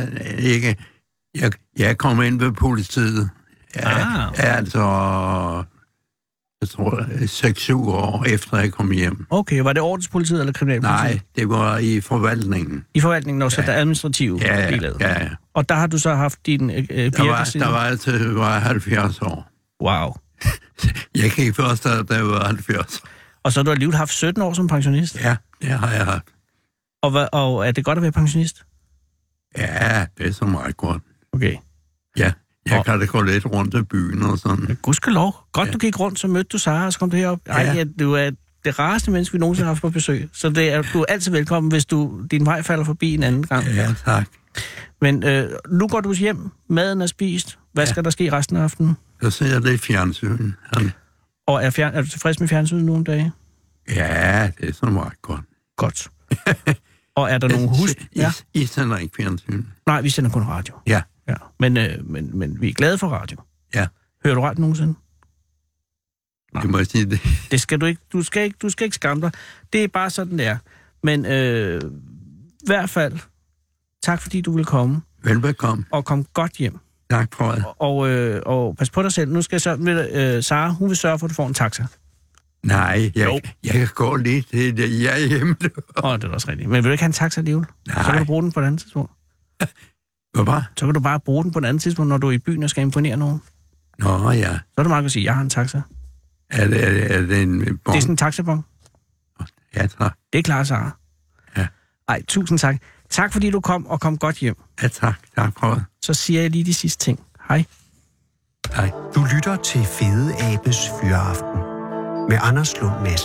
Jeg kom ind ved politiet. Altså, jeg tror, 6-7 år efter jeg kom hjem. Okay, var det ordenspolitiet eller kriminalpolitiet? Nej, det var i forvaltningen. I forvaltningen, så der er administrative del. Ja. Og der har du så haft din der var jeg til 70 år. Wow. Jeg gik først, da jeg var 70. Og så har du alligevel haft 17 år som pensionist? Ja, det har jeg haft. Og er det godt at være pensionist? Ja, det er så meget godt. Okay. Ja. Jeg kan da gå lidt rundt i byen og sådan. Gudskelov. Godt, du gik rundt, så mødte du Sara, og så kom du herop. Ej, du er det rareste menneske, vi nogensinde har haft på besøg. Så du er altid velkommen, hvis din vej falder forbi en anden gang. Ja, tak. Men nu går du hjem, maden er spist. Hvad skal der ske resten af aftenen? Så ser jeg lidt fjernsyn. Og er du tilfreds med fjernsyn nogle dage? Ja, det er så meget godt. Godt. Og er der nogle I sender ikke fjernsyn? Nej, vi sender kun radio. Ja. Men vi er glade for radio. Ja. Hører du radio nogensinde? Nej. Det må jeg sige det. Det skal du ikke. Du skal ikke skamme dig. Det er bare sådan, det er. Men i hvert fald, tak fordi du ville komme. Velbekomme. Og kom godt hjem. Tak for det. Og pas på dig selv. Nu skal jeg så Sara, hun vil sørge for, at du får en taxa. Nej, jeg kan gå lidt til det. Jeg er hjemme. Det er også rigtigt. Men vil du ikke have en taxa alligevel? Nej. Så kan du bruge den på et andet tidspunkt. Hvad? Så kan du bare bruge den på et andet tidspunkt, når du er i byen og skal imponere nogen. Nå, ja. Så er det meget at sige, jeg har en taxa. Er det en bon? Det er sådan en taxabon. Ja, tak. Det er klart, Sara. Ja. Ej, tusind tak. Tak fordi du kom, og kom godt hjem. Ja, tak. Tak for det. Så siger jeg lige de sidste ting. Hej. Hej. Du lytter til Fede Abes Fyraften med Anders Lund Madsen.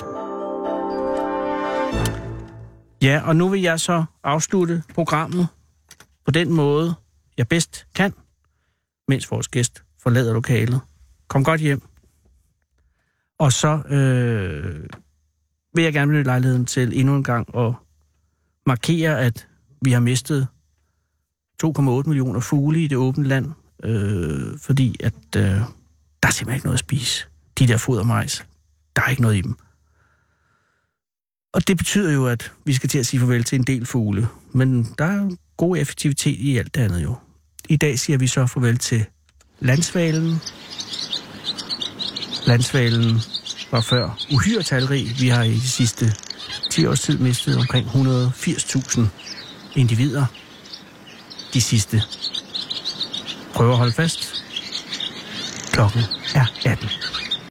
Ja, og nu vil jeg så afslutte programmet på den måde, jeg bedst kan, mens vores gæst forlader lokalet. Kom godt hjem. Og så vil jeg gerne benytte lejligheden til endnu en gang at markere, at vi har mistet 2,8 millioner fugle i det åbne land, fordi at der er simpelthen ikke noget at spise. De der fodermajs, der er ikke noget i dem. Og det betyder jo, at vi skal til at sige farvel til en del fugle. Men der er god effektivitet i alt det andet jo. I dag siger vi så farvel til landsvalen. Landsvalen var før uhyre talrig. Vi har i de sidste 10 års tid mistet omkring 180.000 individer. De sidste. Prøv at holde fast. Klokken er 18.